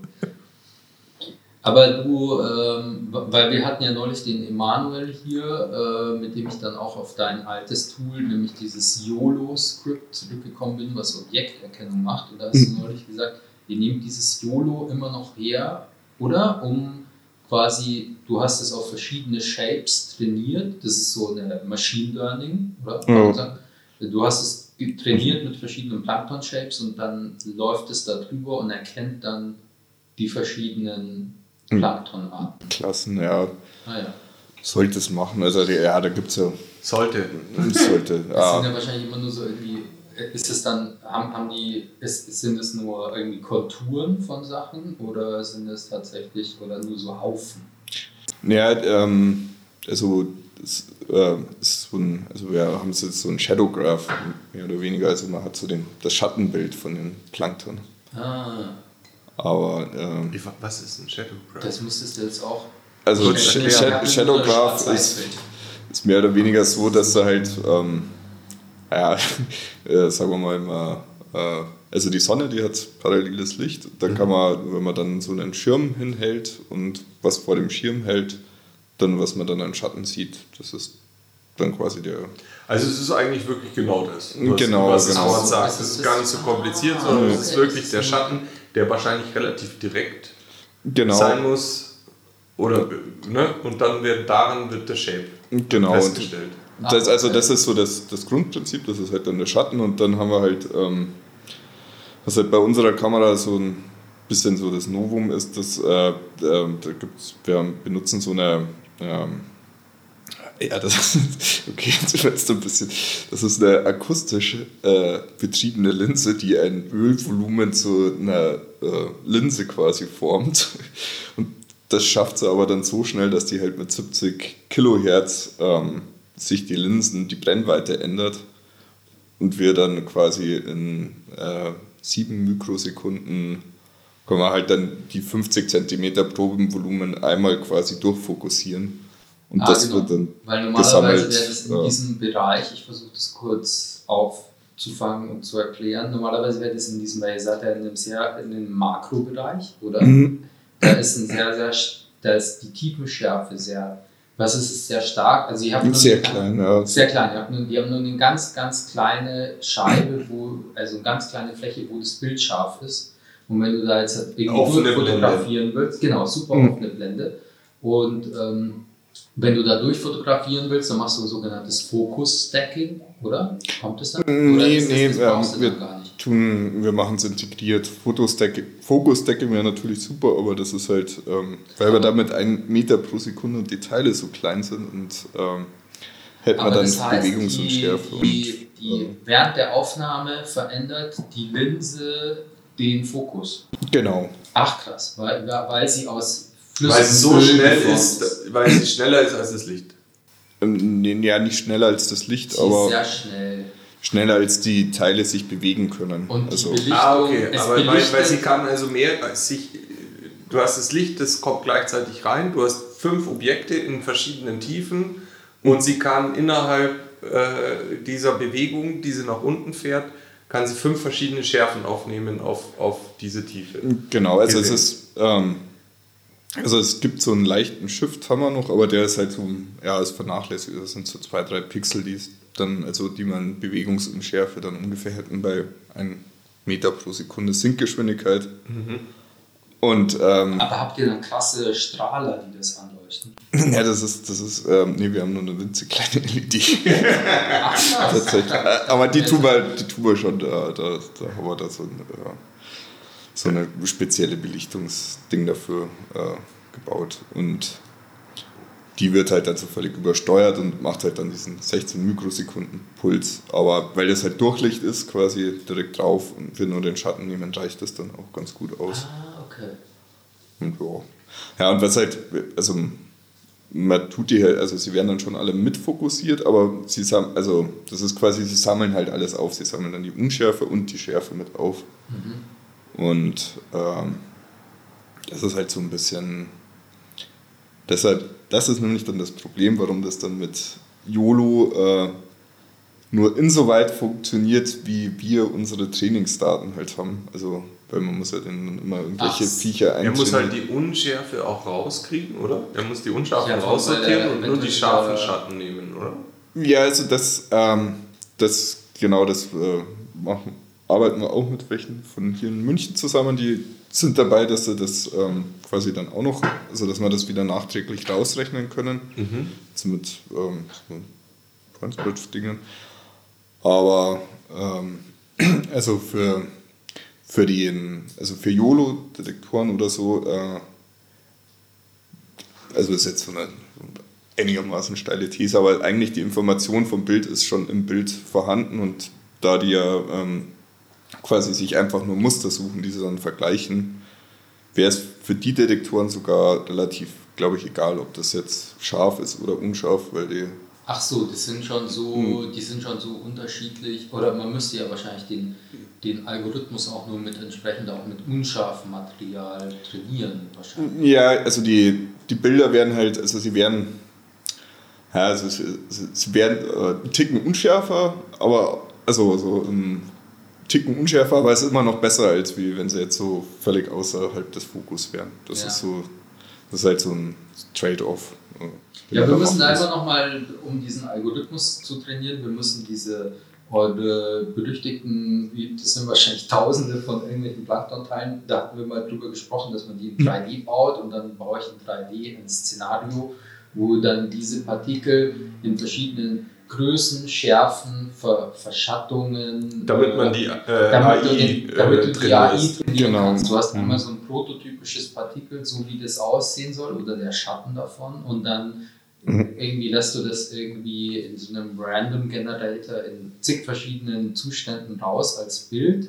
Aber du, ähm, weil wir hatten ja neulich den Emanuel hier, äh, mit dem ich dann auch auf dein altes Tool, nämlich dieses YOLO-Script zurückgekommen bin, was Objekterkennung macht. Und da hast du neulich gesagt, ihr nehmt dieses YOLO immer noch her, oder? Um quasi, du hast es auf verschiedene Shapes trainiert. Das ist so eine Machine Learning, oder? Kann man sagen? Du hast es trainiert mit verschiedenen Plankton-Shapes und dann läuft es da drüber und erkennt dann die verschiedenen Planktonarten. Klassen, ja, Ah ja. sollte es machen. Also die, ja, da gibt es ja, Sollte. sollte, Das ja. sind ja wahrscheinlich immer nur so irgendwie, ist es dann, haben, haben die, ist, sind es nur irgendwie Konturen von Sachen oder sind es tatsächlich, oder nur so Haufen? Ja, ähm, also es äh, ist so ein, also wir haben jetzt so ein Shadow Graph, mehr oder weniger, also man hat so den, das Schattenbild von den Plankton. Ah, Aber ähm, Was ist ein Shadow Graph? das müsstest du jetzt auch... also Kurz Sh- erklären. Sh- Shadow Graph ist, ist mehr oder weniger so, dass du halt, ähm, ja, äh, sagen wir mal, mal äh, also die Sonne, die hat paralleles Licht, da kann man, wenn man dann so einen Schirm hinhält und was vor dem Schirm hält, dann was man dann an Schatten sieht, das ist dann quasi der... Also es ist eigentlich wirklich genau das. Genau, was genau. Wort So, sagt. das Es ist ist gar nicht so kompliziert, sondern okay, es ist wirklich das der ist- Schatten, der wahrscheinlich relativ direkt Genau, sein muss. Oder, ne? Und dann wird daran wird der Shape genau. Und festgestellt. das, also das ist so das, das Grundprinzip, das ist halt dann der Schatten und dann haben wir halt, ähm, was halt bei unserer Kamera so ein bisschen so das Novum ist, dass äh, äh, da gibt's, wir benutzen so eine, ähm, ja, das ist, okay, jetzt wird es ein bisschen, das ist eine akustisch äh, betriebene Linse, die ein Ölvolumen zu einer äh, Linse quasi formt. Und das schafft sie aber dann so schnell, dass die halt mit siebzig Kilohertz ähm, sich die Linsen, die Brennweite ändert und wir dann quasi in äh, sieben Mikrosekunden können wir halt dann die fünfzig Zentimeter Probenvolumen einmal quasi durchfokussieren. Und Ah, das genau. wird dann Weil normalerweise gesammelt, wäre das in ja. diesem Bereich, ich versuche das kurz aufzufangen und zu erklären, normalerweise wäre das in diesem, weil ihr seid ja in einem sehr, in einem Makrobereich, oder? Mhm. Da ist ein sehr, sehr, da ist die Tiefenschärfe sehr, was ist es, sehr stark, also ihr habt nur sehr eine- klein, ja. Sehr klein, ihr habt nur, die haben nur eine ganz, ganz kleine Scheibe, wo, also eine ganz kleine Fläche, wo das Bild scharf ist. Und wenn du da jetzt irgendwie Offene durchfotografieren willst, genau, super Mhm. offene Blende. Und ähm, wenn du da durchfotografieren willst, dann machst du ein sogenanntes Focus-Stacking, oder? Kommt das dann? Nee, oder ist das, nee, das ähm, brauchst du wir- dann gar nicht? Tun, wir machen es integriert. Fotostacking, Fokus-Stacking wäre natürlich super, aber das ist halt, ähm, weil wir damit einen Meter pro Sekunde und die Teile so klein sind und ähm, hält man Aber dann das heißt, Bewegungsunschärfe. die, die, die, ähm, während der Aufnahme verändert die Linse den Fokus. und, genau. Ach krass, weil, weil sie aus Weil es so Öl schnell geformt ist, weil sie schneller ist als das Licht. Ähm, nee, ja, nicht schneller als das Licht, Sie ist aber sehr schnell. schneller als die Teile sich bewegen können. Und die also, Belichtung, Ah, okay. es Aber weil, belichtet, weil sie kann also mehr als sich. Du hast das Licht, das kommt gleichzeitig rein. Du hast fünf Objekte in verschiedenen Tiefen und sie kann innerhalb äh, dieser Bewegung, die sie nach unten fährt, kann sie fünf verschiedene Schärfen aufnehmen auf, auf diese Tiefe. Genau, also gesehen. es ist, ähm, also es gibt so einen leichten Shift-Hammer noch, aber der ist halt so, ja, ist vernachlässigt. Das sind so zwei, drei Pixel, die dann, also die man Bewegungsunschärfe dann ungefähr hätten bei einem Meter pro Sekunde Sinkgeschwindigkeit. Mhm. Und, ähm, Aber habt ihr dann krasse Strahler, die das anleuchten? ja, das ist, das ist, ähm, nee, wir haben nur eine winzig kleine L E D. Ach, krass. Tatsächlich. Aber die tun wir, die tun wir schon, da, da, da haben wir da so, ein, äh, so eine spezielle Belichtungsding dafür äh, gebaut. Und die wird halt dann so völlig übersteuert und macht halt dann diesen sechzehn Mikrosekunden Puls. Aber weil das halt Durchlicht ist, quasi direkt drauf und wir nur den Schatten nehmen, reicht das dann auch ganz gut aus. Ah, okay. Und ja. Ja, und was halt, also man tut die halt, also sie werden dann schon alle mitfokussiert, aber sie sam- also das ist quasi, sie sammeln halt alles auf. Sie sammeln dann die Unschärfe und die Schärfe mit auf. Mhm. Und ähm, das ist halt so ein bisschen, deshalb, das ist nämlich dann das Problem, warum das dann mit YOLO äh, nur insoweit funktioniert, wie wir unsere Trainingsdaten halt haben. Also, weil man muss ja dann immer irgendwelche Ach, Viecher Er eintrainieren. muss halt die Unschärfe auch rauskriegen, oder? Er muss die Unscharfen Ja, raussortieren weil er und nur die eventuell, scharfen äh, Schatten nehmen, oder? Ja, also das, ähm, das genau das äh, machen, arbeiten wir auch mit welchen von hier in München zusammen, die sind dabei, dass sie das ähm, quasi dann auch noch, also dass wir das wieder nachträglich rausrechnen können, Mhm. also mit ähm, so Transcript-Dingen. Aber ähm, also für, für die, also für YOLO-Detektoren oder so, äh, also ist jetzt so eine einigermaßen steile These, aber eigentlich die Information vom Bild ist schon im Bild vorhanden und da die ja ähm, quasi sich einfach nur Muster suchen, die sie dann vergleichen, wäre es für die Detektoren sogar relativ, glaube ich, egal, ob das jetzt scharf ist oder unscharf, weil die... Ach so, die sind schon so, Hm. die sind schon so unterschiedlich. Oder man müsste ja wahrscheinlich den, den Algorithmus auch nur mit entsprechend auch mit unscharfem Material trainieren wahrscheinlich. Ja, also die, die Bilder werden halt, also sie werden, ja, also sie, sie werden äh, einen Ticken unschärfer, aber also so ein Ticken unschärfer, aber es ist immer noch besser, als wie wenn sie jetzt so völlig außerhalb des Fokus wären. Das Ja. ist so, das ist halt so ein Trade-off. äh, den Ja, man wir da müssen machen muss. einfach nochmal, um diesen Algorithmus zu trainieren, wir müssen diese heute berüchtigten, das sind wahrscheinlich Tausende von irgendwelchen Plankton-Teilen, da hatten wir mal drüber gesprochen, dass man die in drei D baut und dann baue ich in drei D ein Szenario, wo dann diese Partikel in verschiedenen Größen, Schärfen, Ver Verschattungen, Damit man äh, die äh, damit A du, I den, damit äh, du die A I trainierst. trainieren Genau. kannst. Du hast Mhm. einmal so ein prototypisches Partikel, so wie das aussehen soll, oder der Schatten davon, und dann Mhm. irgendwie lässt du das irgendwie in so einem Random Generator in zig verschiedenen Zuständen raus als Bild.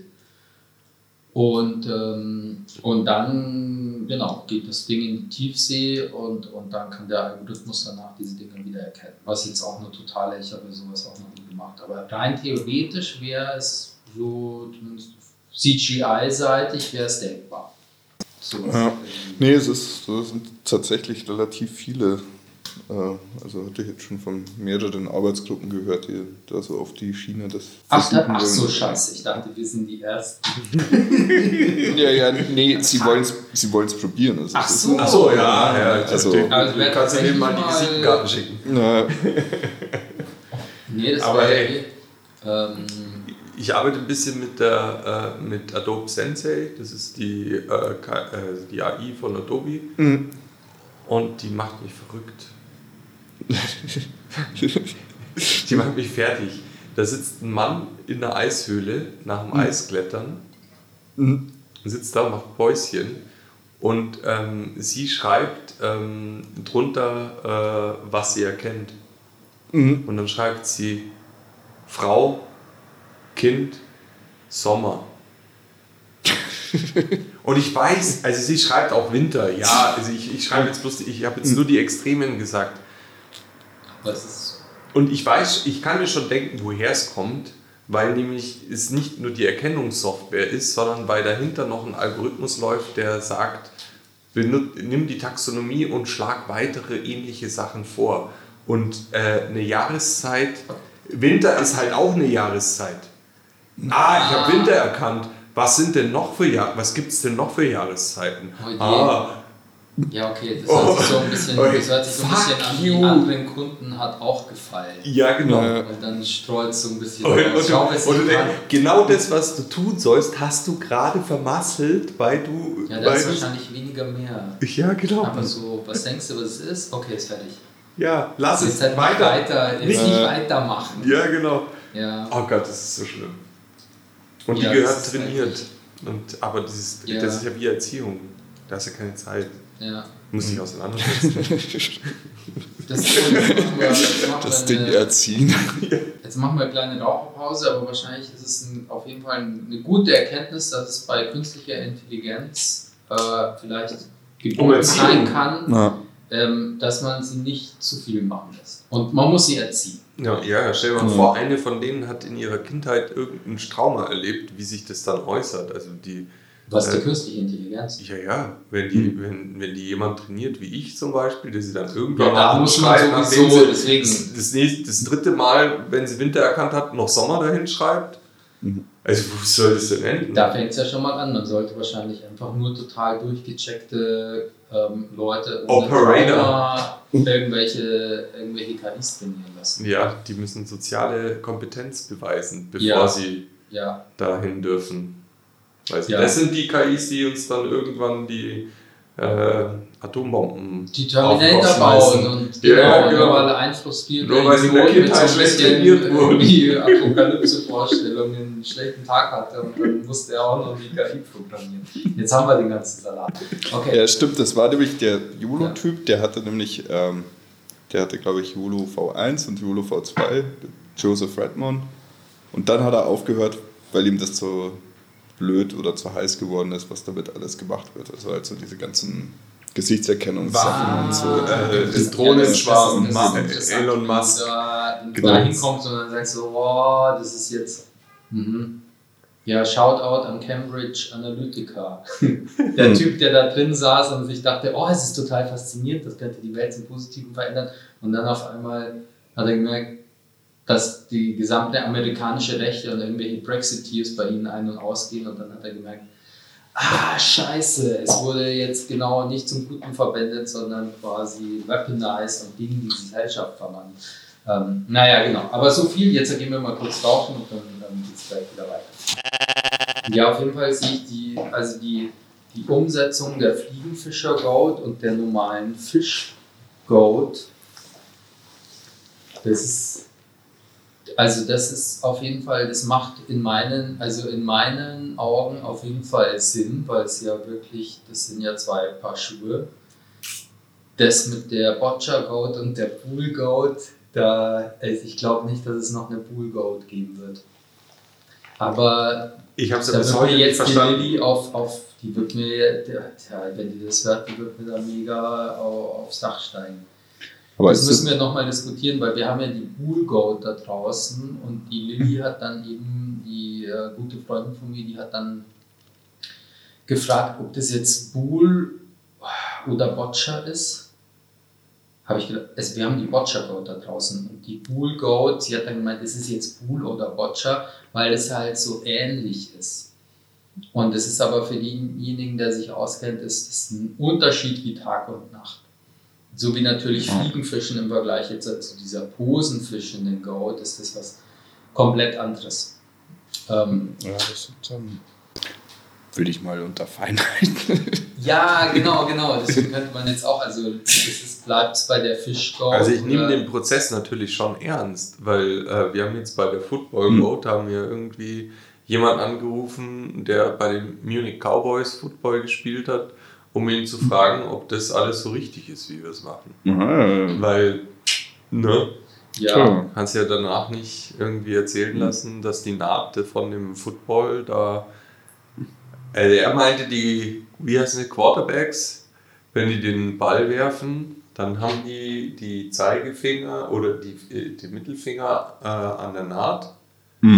Und, ähm, und dann genau, geht das Ding in die Tiefsee und, und dann kann der Algorithmus danach diese Dinge wieder erkennen. Was jetzt auch nur total, ich habe sowas auch noch nie gemacht. Aber rein theoretisch wäre es so, zumindest C G I-seitig, wäre es denkbar. Sowas Ja. irgendwie. Nee, es ist, es sind tatsächlich relativ viele. Äh, also hatte ich jetzt schon von mehreren Arbeitsgruppen gehört, die da so auf die Schiene das Ach, da, versuchen ach so, wollen. scheiße, ich dachte, wir sind die Ersten. Ja, ja, nee, sie wollen es sie wollen's probieren. Also Ach es ist- so. Ach so, ja, ja. Also- du, Also du wer kannst du denen mal die tatsächlich Visitenkarten schicken. Na, Nee, das Aber wäre hey. ähm, Ich arbeite ein bisschen mit, der, äh, mit Adobe Sensei, das ist die, äh, K- äh, die A I von Adobe, mhm. und die macht mich verrückt. Die macht mich fertig. Da sitzt ein Mann in einer Eishöhle nach dem Eisklettern, Mhm. sitzt da, macht Päuschen und ähm, sie schreibt ähm, drunter, äh, was sie erkennt. Mhm. Und dann schreibt sie Frau, Kind, Sommer. Und ich weiß, also sie schreibt auch Winter, ja, also ich, ich schreibe jetzt bloß, ich habe jetzt nur die Extremen gesagt. was ist. Und ich weiß, ich kann mir schon denken, woher es kommt, weil nämlich es nicht nur die Erkennungssoftware ist, sondern weil dahinter noch ein Algorithmus läuft, der sagt, benut, nimm die Taxonomie und schlag weitere ähnliche Sachen vor. Und äh, eine Jahreszeit, Winter ist halt auch eine Jahreszeit. Ah, ich habe Winter erkannt. Was sind denn noch für Jahr was gibt es denn noch für Jahreszeiten? Oh je. Ah, Ja, okay, das hört sich so ein bisschen, Okay. das hört sich so ein bisschen Fuck an, die you. anderen Kunden hat auch gefallen. ja, genau. Ja. Und dann streut es so ein bisschen Und, raus. und, Schau, du, was und du ich denkst, kann. genau das, was du tun sollst, hast du gerade vermasselt, weil du. Ja, weil das ist du's- wahrscheinlich weniger mehr. ja, genau. Aber so, was denkst du, was es ist? Okay, ist fertig. Ja, lass Das es ist halt weiter. weiter, jetzt Nicht- nicht weitermachen. Ja, genau. Ja. Oh Gott, das ist so schlimm. Und Ja, die das gehört ist trainiert. Und, aber dieses, Ja. das ist ja wie Erziehung. Da hast du keine Zeit. ja. Muss dich auseinandersetzen. Das, jetzt machen wir, jetzt machen Das wir Ding eine, erziehen. Jetzt machen wir eine kleine Raucherpause, aber wahrscheinlich ist es ein, auf jeden Fall eine gute Erkenntnis, dass es bei künstlicher Intelligenz äh, vielleicht geboten Erziehung. sein kann, Ja. ähm, dass man sie nicht zu viel machen lässt. Und man muss sie erziehen. Ja, ja, stell dir mal Ja. vor, eine von denen hat in ihrer Kindheit irgendein Trauma erlebt, wie sich das dann äußert. Also die, Was die Äh, künstliche Intelligenz. ja, ja, wenn die, Mhm. wenn, wenn die jemand trainiert wie ich zum Beispiel, der sie dann irgendwann Ja, da mal muss man anschreibt, nachdem sowieso, sie deswegen. das, das, nächste, das dritte Mal, wenn sie Winter erkannt hat, noch Sommer dahin schreibt. Mhm. Also wo soll das denn enden? Da fängt es ja schon mal an. Man sollte wahrscheinlich einfach nur total durchgecheckte ähm, Leute ohne Operator. Trauma irgendwelche, irgendwelche K Is trainieren lassen. Ja, die müssen soziale Kompetenz beweisen, bevor Ja. sie Ja, dahin dürfen. Also Ja. das sind die K Is, die uns dann irgendwann die äh, Atombomben die Terminator auf den Kopf bauen schmeißen. und Ja, genau, genau. nur weil Einfluss spielt. Nur weil sie in der Idiot mit Kindheit so ein schlecht bisschen trainiert wurden. irgendwie Apokalypse-Vorstellungen, einen schlechten Tag hatte und dann musste er auch noch die K I programmieren. Jetzt haben wir den ganzen Salat. Okay. Ja, stimmt, das war nämlich der YOLO-Typ, der hatte nämlich, ähm, der hatte glaube ich YOLO V eins und YOLO V zwei, Joseph Redmond. Und dann hat er aufgehört, weil ihm das so blöd oder zu heiß geworden ist, was damit alles gemacht wird. Also halt so diese ganzen Gesichtserkennungssachen und so. Äh, das Ja, Drohnenschwarm, das- das ist interessant, Elon wenn Musk. du da, Genau. da hinkommst und dann sagst du, oh, das ist jetzt. Mhm. Ja, Shoutout an Cambridge Analytica. Der Typ, der da drin saß und sich dachte, oh, es ist total faszinierend, das könnte die Welt zum Positiven verändern. Und dann auf einmal hat er gemerkt, dass die gesamte amerikanische Rechte und irgendwelche Brexiteers bei ihnen ein- und ausgehen. Und dann hat er gemerkt, ah, scheiße, es wurde jetzt genau nicht zum Guten verwendet, sondern quasi weaponized und gegen die Gesellschaft verwandt. Ähm, naja, genau. Aber so viel, jetzt gehen wir mal kurz rauchen und dann, dann geht es gleich wieder weiter. Ja, auf jeden Fall sehe ich die, also die, die Umsetzung der Fliegenfischer-Goat und der normalen Fisch-Goat. Das ist, also das ist auf jeden Fall, das macht in meinen, also in meinen Augen auf jeden Fall Sinn, weil es ja wirklich, das sind ja zwei Paar Schuhe. Das mit der Boccia Goat und der Bull Goat, da, also ich glaube nicht, dass es noch eine Bull Goat geben wird. Aber Ich habe es ja da bis wird heute mir nicht jetzt die verstanden. Lilly auf, auf, die wird mir, der, tja, wenn die das hört, die wird mir da mega au- aufs Dach steigen. Aber Das ist müssen das, wir nochmal diskutieren, weil wir haben ja die Bull Goat da draußen und die Lilly hat dann eben, die äh, gute Freundin von mir, die hat dann gefragt, ob das jetzt Bull oder Boccia ist. Habe ich gedacht, also wir haben die Boccia Goat da draußen und die Bull Goat, sie hat dann gemeint, das ist jetzt Bull oder Boccia, weil es halt so ähnlich ist. Und es ist aber für denjenigen, der sich auskennt, ist es ein Unterschied wie Tag und Nacht. So wie natürlich Fliegenfischen im Vergleich jetzt zu dieser Posenfisch in den Goat ist das was komplett anderes. Ähm, ja, das sind dann, würde ich mal unter Feinheiten. ja, genau, genau. Deswegen könnte man jetzt auch, also bleibt es bei der Fischgoat. Also ich nehme oder- den Prozess natürlich schon ernst, weil äh, wir haben jetzt bei der Football Hm. Goat haben wir irgendwie jemand angerufen, der bei den Munich Cowboys Football gespielt hat, um ihn zu fragen, ob das alles so richtig ist, wie wir es machen. Aha. Weil, ne, Ja, kannst ja danach nicht irgendwie erzählen lassen, dass die Naht von dem Football da. Also er meinte, die, wie heißen die, Quarterbacks, wenn die den Ball werfen, dann haben die die Zeigefinger oder die, die Mittelfinger äh, an der Naht Mhm.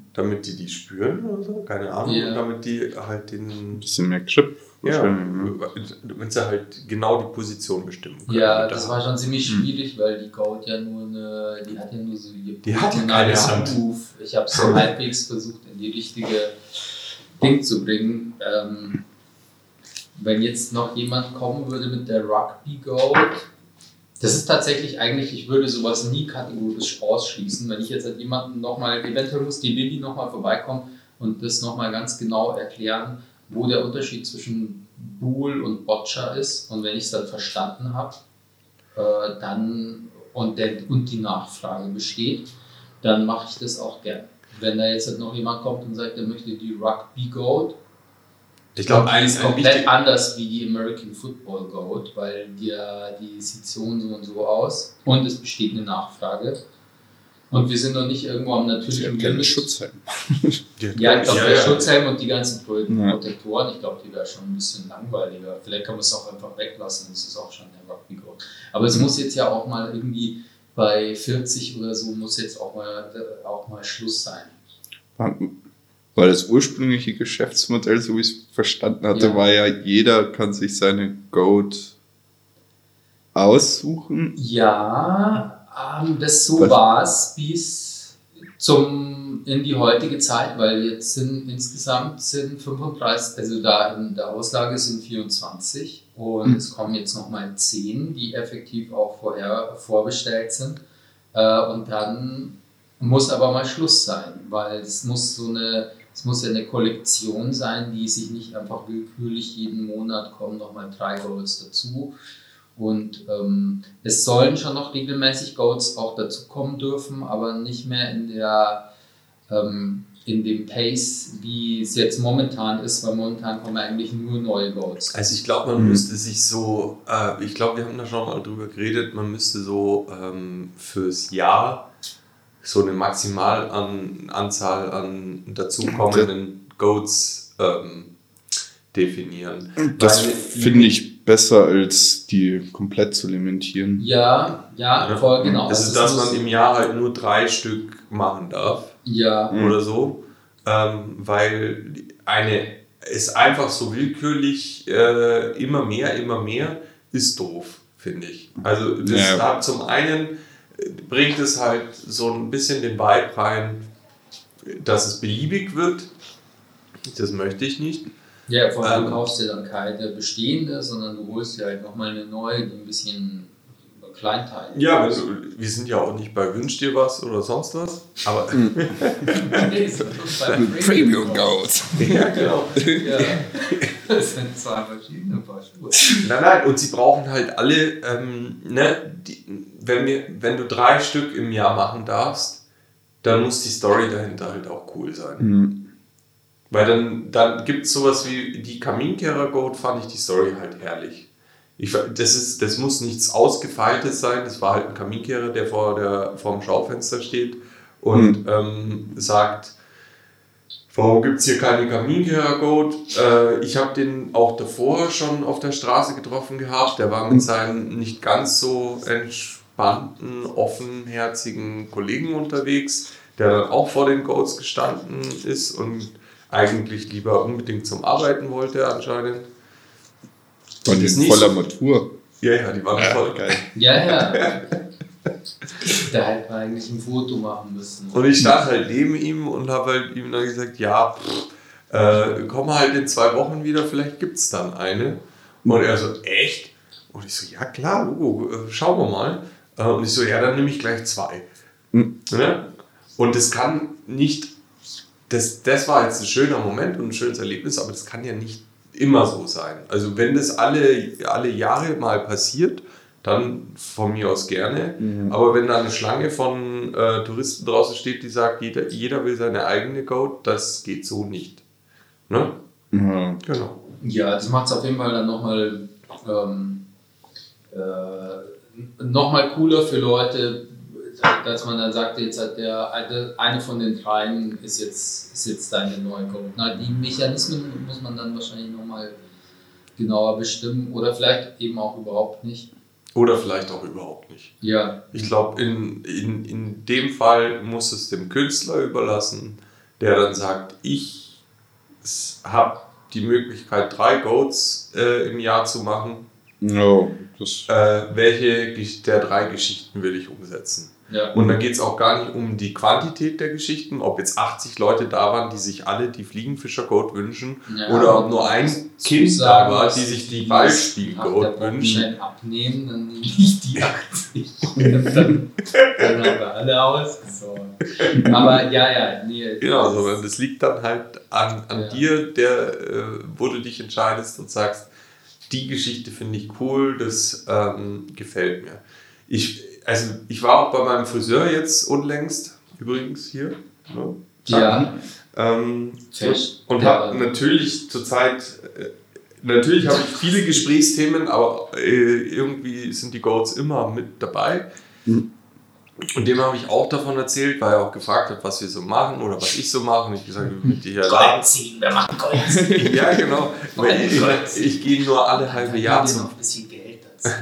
damit die die spüren oder so, keine Ahnung, Ja. und damit die halt den, Ein bisschen mehr Grip. ja, wahrscheinlich, ne? damit sie halt genau die Position bestimmen können. Ja, mit der das Hand. war schon ziemlich schwierig, weil die Goat ja nur eine, die hat ja nur so ihr Die hat positionales keine Hand. Move. Ich habe so halbwegs versucht, in die richtige Ding zu bringen. Ähm, wenn jetzt noch jemand kommen würde mit der Rugby Goat, das ist tatsächlich eigentlich, ich würde sowas nie kategorisch ausschließen. Wenn ich jetzt halt jemanden nochmal, eventuell muss die Lilly nochmal vorbeikommen und das nochmal ganz genau erklären, wo der Unterschied zwischen Bull und Boccia ist. Und wenn ich es dann verstanden habe, äh, dann und, der, und die Nachfrage besteht, dann mache ich das auch gern. Wenn da jetzt halt noch jemand kommt und sagt, er möchte die Rugby Goat, Ich glaube, die ein, ist ein komplett wichtig, anders wie die American Football Goat, weil die, die sieht so und so und so aus und es besteht eine Nachfrage. Und wir sind noch nicht irgendwo am Sie natürlichen hat keinen Limit. Schutzhelm. Ja, ich glaube, Ja, der ja. Schutzhelm und die ganzen Pro Ja. Protektoren, ich glaube, die wäre schon ein bisschen langweiliger. Vielleicht kann man es auch einfach weglassen, das ist auch schon der Rugby Goat. Aber es muss jetzt ja auch mal irgendwie bei vierzig oder so, muss jetzt auch mal, auch mal Schluss sein. Weil das ursprüngliche Geschäftsmodell, so wie ich es verstanden hatte, Ja. war ja, jeder kann sich seine Goat aussuchen. Ja, ähm, das so Was? war es bis zum in die heutige Zeit, weil jetzt sind insgesamt sind fünfunddreißig, also da in der Auslage sind vierundzwanzig und Mhm. es kommen jetzt nochmal zehn, die effektiv auch vorher vorbestellt sind. Äh, und dann muss aber mal Schluss sein, weil es muss so eine, es muss ja eine Kollektion sein, die sich nicht einfach willkürlich jeden Monat kommen nochmal drei Goats dazu. Und ähm, es sollen schon noch regelmäßig Goats auch dazu kommen dürfen, aber nicht mehr in der ähm, in dem Pace, wie es jetzt momentan ist, weil momentan kommen eigentlich nur neue Goats. Also ich glaube, man Mhm. müsste sich so, äh, ich glaube, wir haben da schon mal drüber geredet, man müsste so ähm, fürs Jahr so eine Maximalanzahl an dazukommenden Goats ähm, definieren. Das Weil- finde ich besser, als die komplett zu limitieren. Ja, ja, Ja. voll genau. Das Also ist, es dass muss- man im Jahr halt nur drei Stück machen darf. Ja, Mhm. Oder so, ähm, weil eine ist einfach so willkürlich äh, immer mehr, immer mehr, ist doof, finde ich. Also das Ja. hat zum einen äh, bringt es halt so ein bisschen den Vibe rein, dass es beliebig wird. Das möchte ich nicht. ja, vor allem Ähm, du kaufst dir dann keine bestehende, sondern du holst dir halt nochmal eine neue, die ein bisschen kleinteilig Ja, ist. also, wir sind ja auch nicht bei Wünsch dir was oder sonst was, aber Nee, es sind beim Premium Goat. ja, genau. Ja, das sind zwei verschiedene Paar Schuhe. Nein, nein, und sie brauchen halt alle, ähm, ne, die, wenn, wir, wenn du drei Stück im Jahr machen darfst, dann muss die Story dahinter halt auch cool sein. Mhm. Weil dann, dann gibt es sowas wie die Kaminkehrer-Goat, fand ich die Story halt herrlich. Ich, das, ist, das muss nichts Ausgefeiltes sein, das war halt ein Kaminkehrer, der vor, der vor dem Schaufenster steht und ähm, sagt, warum gibt es hier keine Kaminkehrer-Goat? Äh, ich habe den auch davor schon auf der Straße getroffen gehabt, der war mit seinen nicht ganz so entspannten, offenherzigen Kollegen unterwegs, der dann auch vor den Goats gestanden ist und eigentlich lieber unbedingt zum Arbeiten wollte anscheinend. Und Ist in nicht voller so- Matur. Ja, ja, die waren Ja, voll geil. Ja, ja. Da hätte man eigentlich ein Foto machen müssen. Und ich stand halt neben ihm und habe halt ihm dann gesagt, ja, pff, äh, komm halt in zwei Wochen wieder, vielleicht gibt es dann eine. Und er so, echt? Und ich so, ja klar, Logo, äh, schauen wir mal. Äh, und ich so, ja, dann nehme ich gleich zwei. Mhm. Ne? Und das kann nicht, das, das war jetzt ein schöner Moment und ein schönes Erlebnis, aber das kann ja nicht immer so sein. Also wenn das alle, alle Jahre mal passiert, dann von mir aus gerne. Mhm. Aber wenn da eine Schlange von äh, Touristen draußen steht, die sagt, jeder, jeder will seine eigene Goat, das geht so nicht. Ne? Ja. Genau. Ja, das macht es auf jeden Fall dann nochmal ähm, äh, noch mal cooler für Leute, dass man dann sagt, jetzt hat der eine, eine von den dreien ist jetzt, ist jetzt deine neue Goat. Na, die Mechanismen muss man dann wahrscheinlich nochmal genauer bestimmen oder vielleicht eben auch überhaupt nicht. Oder vielleicht auch überhaupt nicht. Ja, Ich glaube, in, in, in dem Fall muss es dem Künstler überlassen, der dann sagt, ich habe die Möglichkeit, drei Goats äh, im Jahr zu machen. No, das äh, welche der drei Geschichten will ich umsetzen? Ja. Und dann geht es auch gar nicht um die Quantität der Geschichten, ob jetzt achtzig Leute da waren, die sich alle die Fliegenfischer-Goat wünschen, Ja, oder ob nur ein Kind sagen, da war, die sich die Ballspiel-Goat wünschen. Wenn abnehmen, dann nehme ich die achtzig. Und dann, dann haben wir alle ausgesorgt. Aber ja, ja, nee. Genau, sondern das liegt dann halt an, an Ja. dir, der, äh, wo du dich entscheidest und sagst, die Geschichte finde ich cool, das ähm, gefällt mir. Ich, also ich war auch bei meinem Friseur jetzt unlängst, übrigens hier. Ne? Ja. Ähm, Fisch. und Ja. habe natürlich zurzeit, äh, natürlich habe ich viele Gesprächsthemen, aber äh, irgendwie sind die Goats immer mit dabei. Mhm. Und dem habe ich auch davon erzählt, weil er auch gefragt hat, was wir so machen oder was ich so mache. Und ich gesagt habe, mit dir Laden. Wir machen Gold. Ja, genau. Weil ich, ich, ich gehe nur alle halbe Jahr zum. Noch ein bisschen Geld dazu.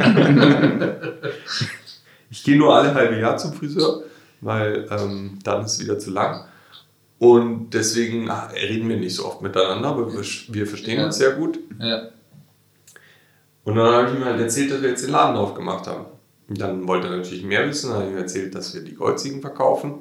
Ich gehe nur alle halbe Jahr zum Friseur, weil ähm, dann ist es wieder zu lang. Und deswegen ach, reden wir nicht so oft miteinander, aber wir, wir verstehen Ja. uns sehr gut. Ja. Und dann habe ich ihm halt erzählt, dass wir jetzt den Laden aufgemacht haben. Und dann wollte er natürlich mehr wissen, dann habe ich ihm erzählt, dass wir die Goldziegen verkaufen.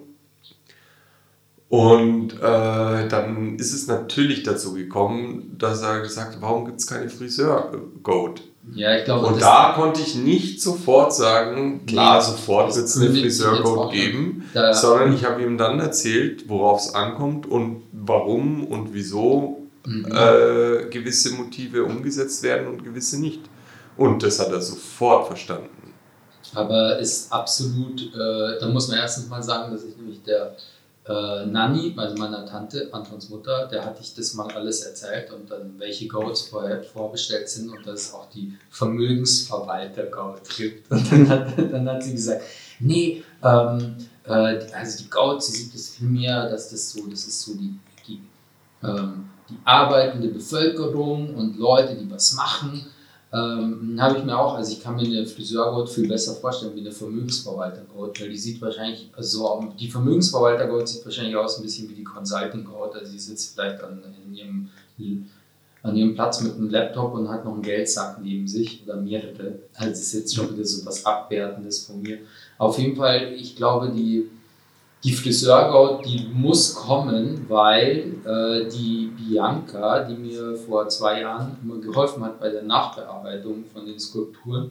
Und äh, dann ist es natürlich dazu gekommen, dass er gesagt hat, warum gibt es keine Friseur-Goat? Ja, ich glaube, Und das- da konnte ich nicht sofort sagen, klar, Nee, sofort das wird es eine kündigt sich jetzt Friseur-Goat auch geben, Da- sondern ich habe ihm dann erzählt, worauf es ankommt und warum und wieso Mhm. äh, gewisse Motive umgesetzt werden und gewisse nicht. Und das hat er sofort verstanden. Aber ist absolut, äh, da muss man erstens mal sagen, dass ich nämlich der äh, Nanni, also meiner Tante, Antons Mutter, der hatte ich das mal alles erzählt und dann welche Goats vorher vorbestellt sind und dass es auch die Vermögensverwalter-Goat gibt. Und dann hat, dann hat sie gesagt, nee, ähm, äh, also die Goats, sie sieht das viel mehr, dass das so, das ist so die, die, ähm, die arbeitende Bevölkerung und Leute, die was machen. Ähm, habe ich mir auch, also ich kann mir eine Friseur-Goat viel besser vorstellen wie eine Vermögensverwalter-Goat, weil die sieht wahrscheinlich, also die Vermögensverwalter-Goat sieht wahrscheinlich aus ein bisschen wie die Consulting-Goat, also sie sitzt vielleicht an, in ihrem, an ihrem Platz mit einem Laptop und hat noch einen Geldsack neben sich oder mehrere, also das ist jetzt schon wieder so was Abwertendes von mir. Auf jeden Fall, ich glaube, die Die Friseur-Goat, die muss kommen, weil äh, die Bianca, die mir vor zwei Jahren immer geholfen hat bei der Nachbearbeitung von den Skulpturen,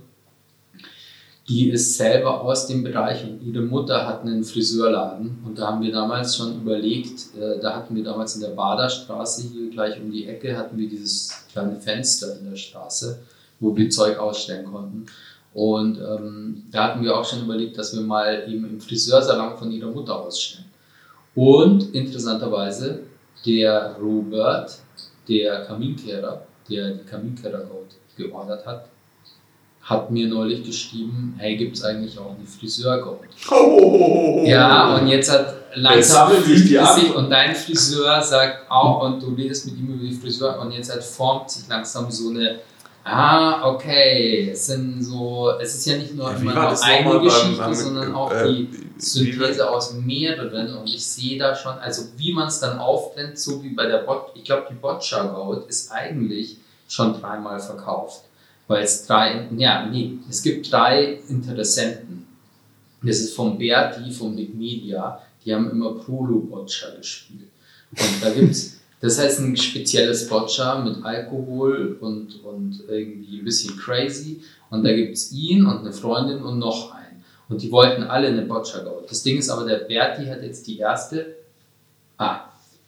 die ist selber aus dem Bereich und ihre Mutter hat einen Friseurladen und da haben wir damals schon überlegt, äh, da hatten wir damals in der Baderstraße hier gleich um die Ecke, hatten wir dieses kleine Fenster in der Straße, wo wir Zeug ausstellen konnten. Und ähm, da hatten wir auch schon überlegt, dass wir mal eben im Friseursalon von ihrer Mutter ausstellen. Und interessanterweise, der Robert, der Kaminkehrer, der die Kaminkehrer-Goat geordert hat, hat mir neulich geschrieben, hey, gibt es eigentlich auch eine Friseur-Goat? Oh. Ja, und jetzt hat langsam sammeln sich die an. und dein Friseur sagt auch, und du redest mit ihm über die Friseur, und jetzt halt formt sich langsam so eine, ah, okay, es sind so, es ist ja nicht nur Ja, wie immer war nur das eine nochmal beim- Geschichte, beim- sondern auch äh, die wie Synthese war- aus mehreren, und ich sehe da schon, also wie man es dann auftrennt, so wie bei der Bot, ich glaube, die Boccia-Goat ist eigentlich schon dreimal verkauft, weil es drei, ja, nee, es gibt drei Interessenten. Das ist vom Berti, vom Big Media, die haben immer Prolo-Boccia gespielt. Und da gibt es, das heißt ein spezielles Boccia mit Alkohol und, und irgendwie ein bisschen crazy. Und da gibt es ihn und eine Freundin und noch einen. Und die wollten alle eine Boccia-Goat. Das Ding ist aber, der Berti hat jetzt die erste. Ah,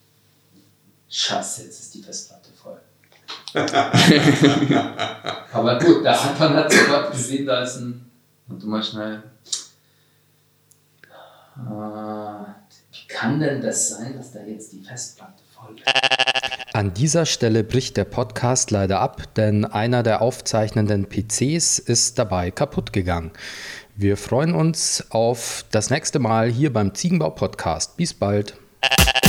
Scheiße, jetzt ist die Festplatte voll. Aber gut, der Anton hat sofort gesehen, da ist ein. Und du mal schnell. Äh, wie kann denn das sein, dass da jetzt die Festplatte voll ist? An dieser Stelle bricht der Podcast leider ab, denn einer der aufzeichnenden P Cs ist dabei kaputt gegangen. Wir freuen uns auf das nächste Mal hier beim Ziegenbau-Podcast. Bis bald.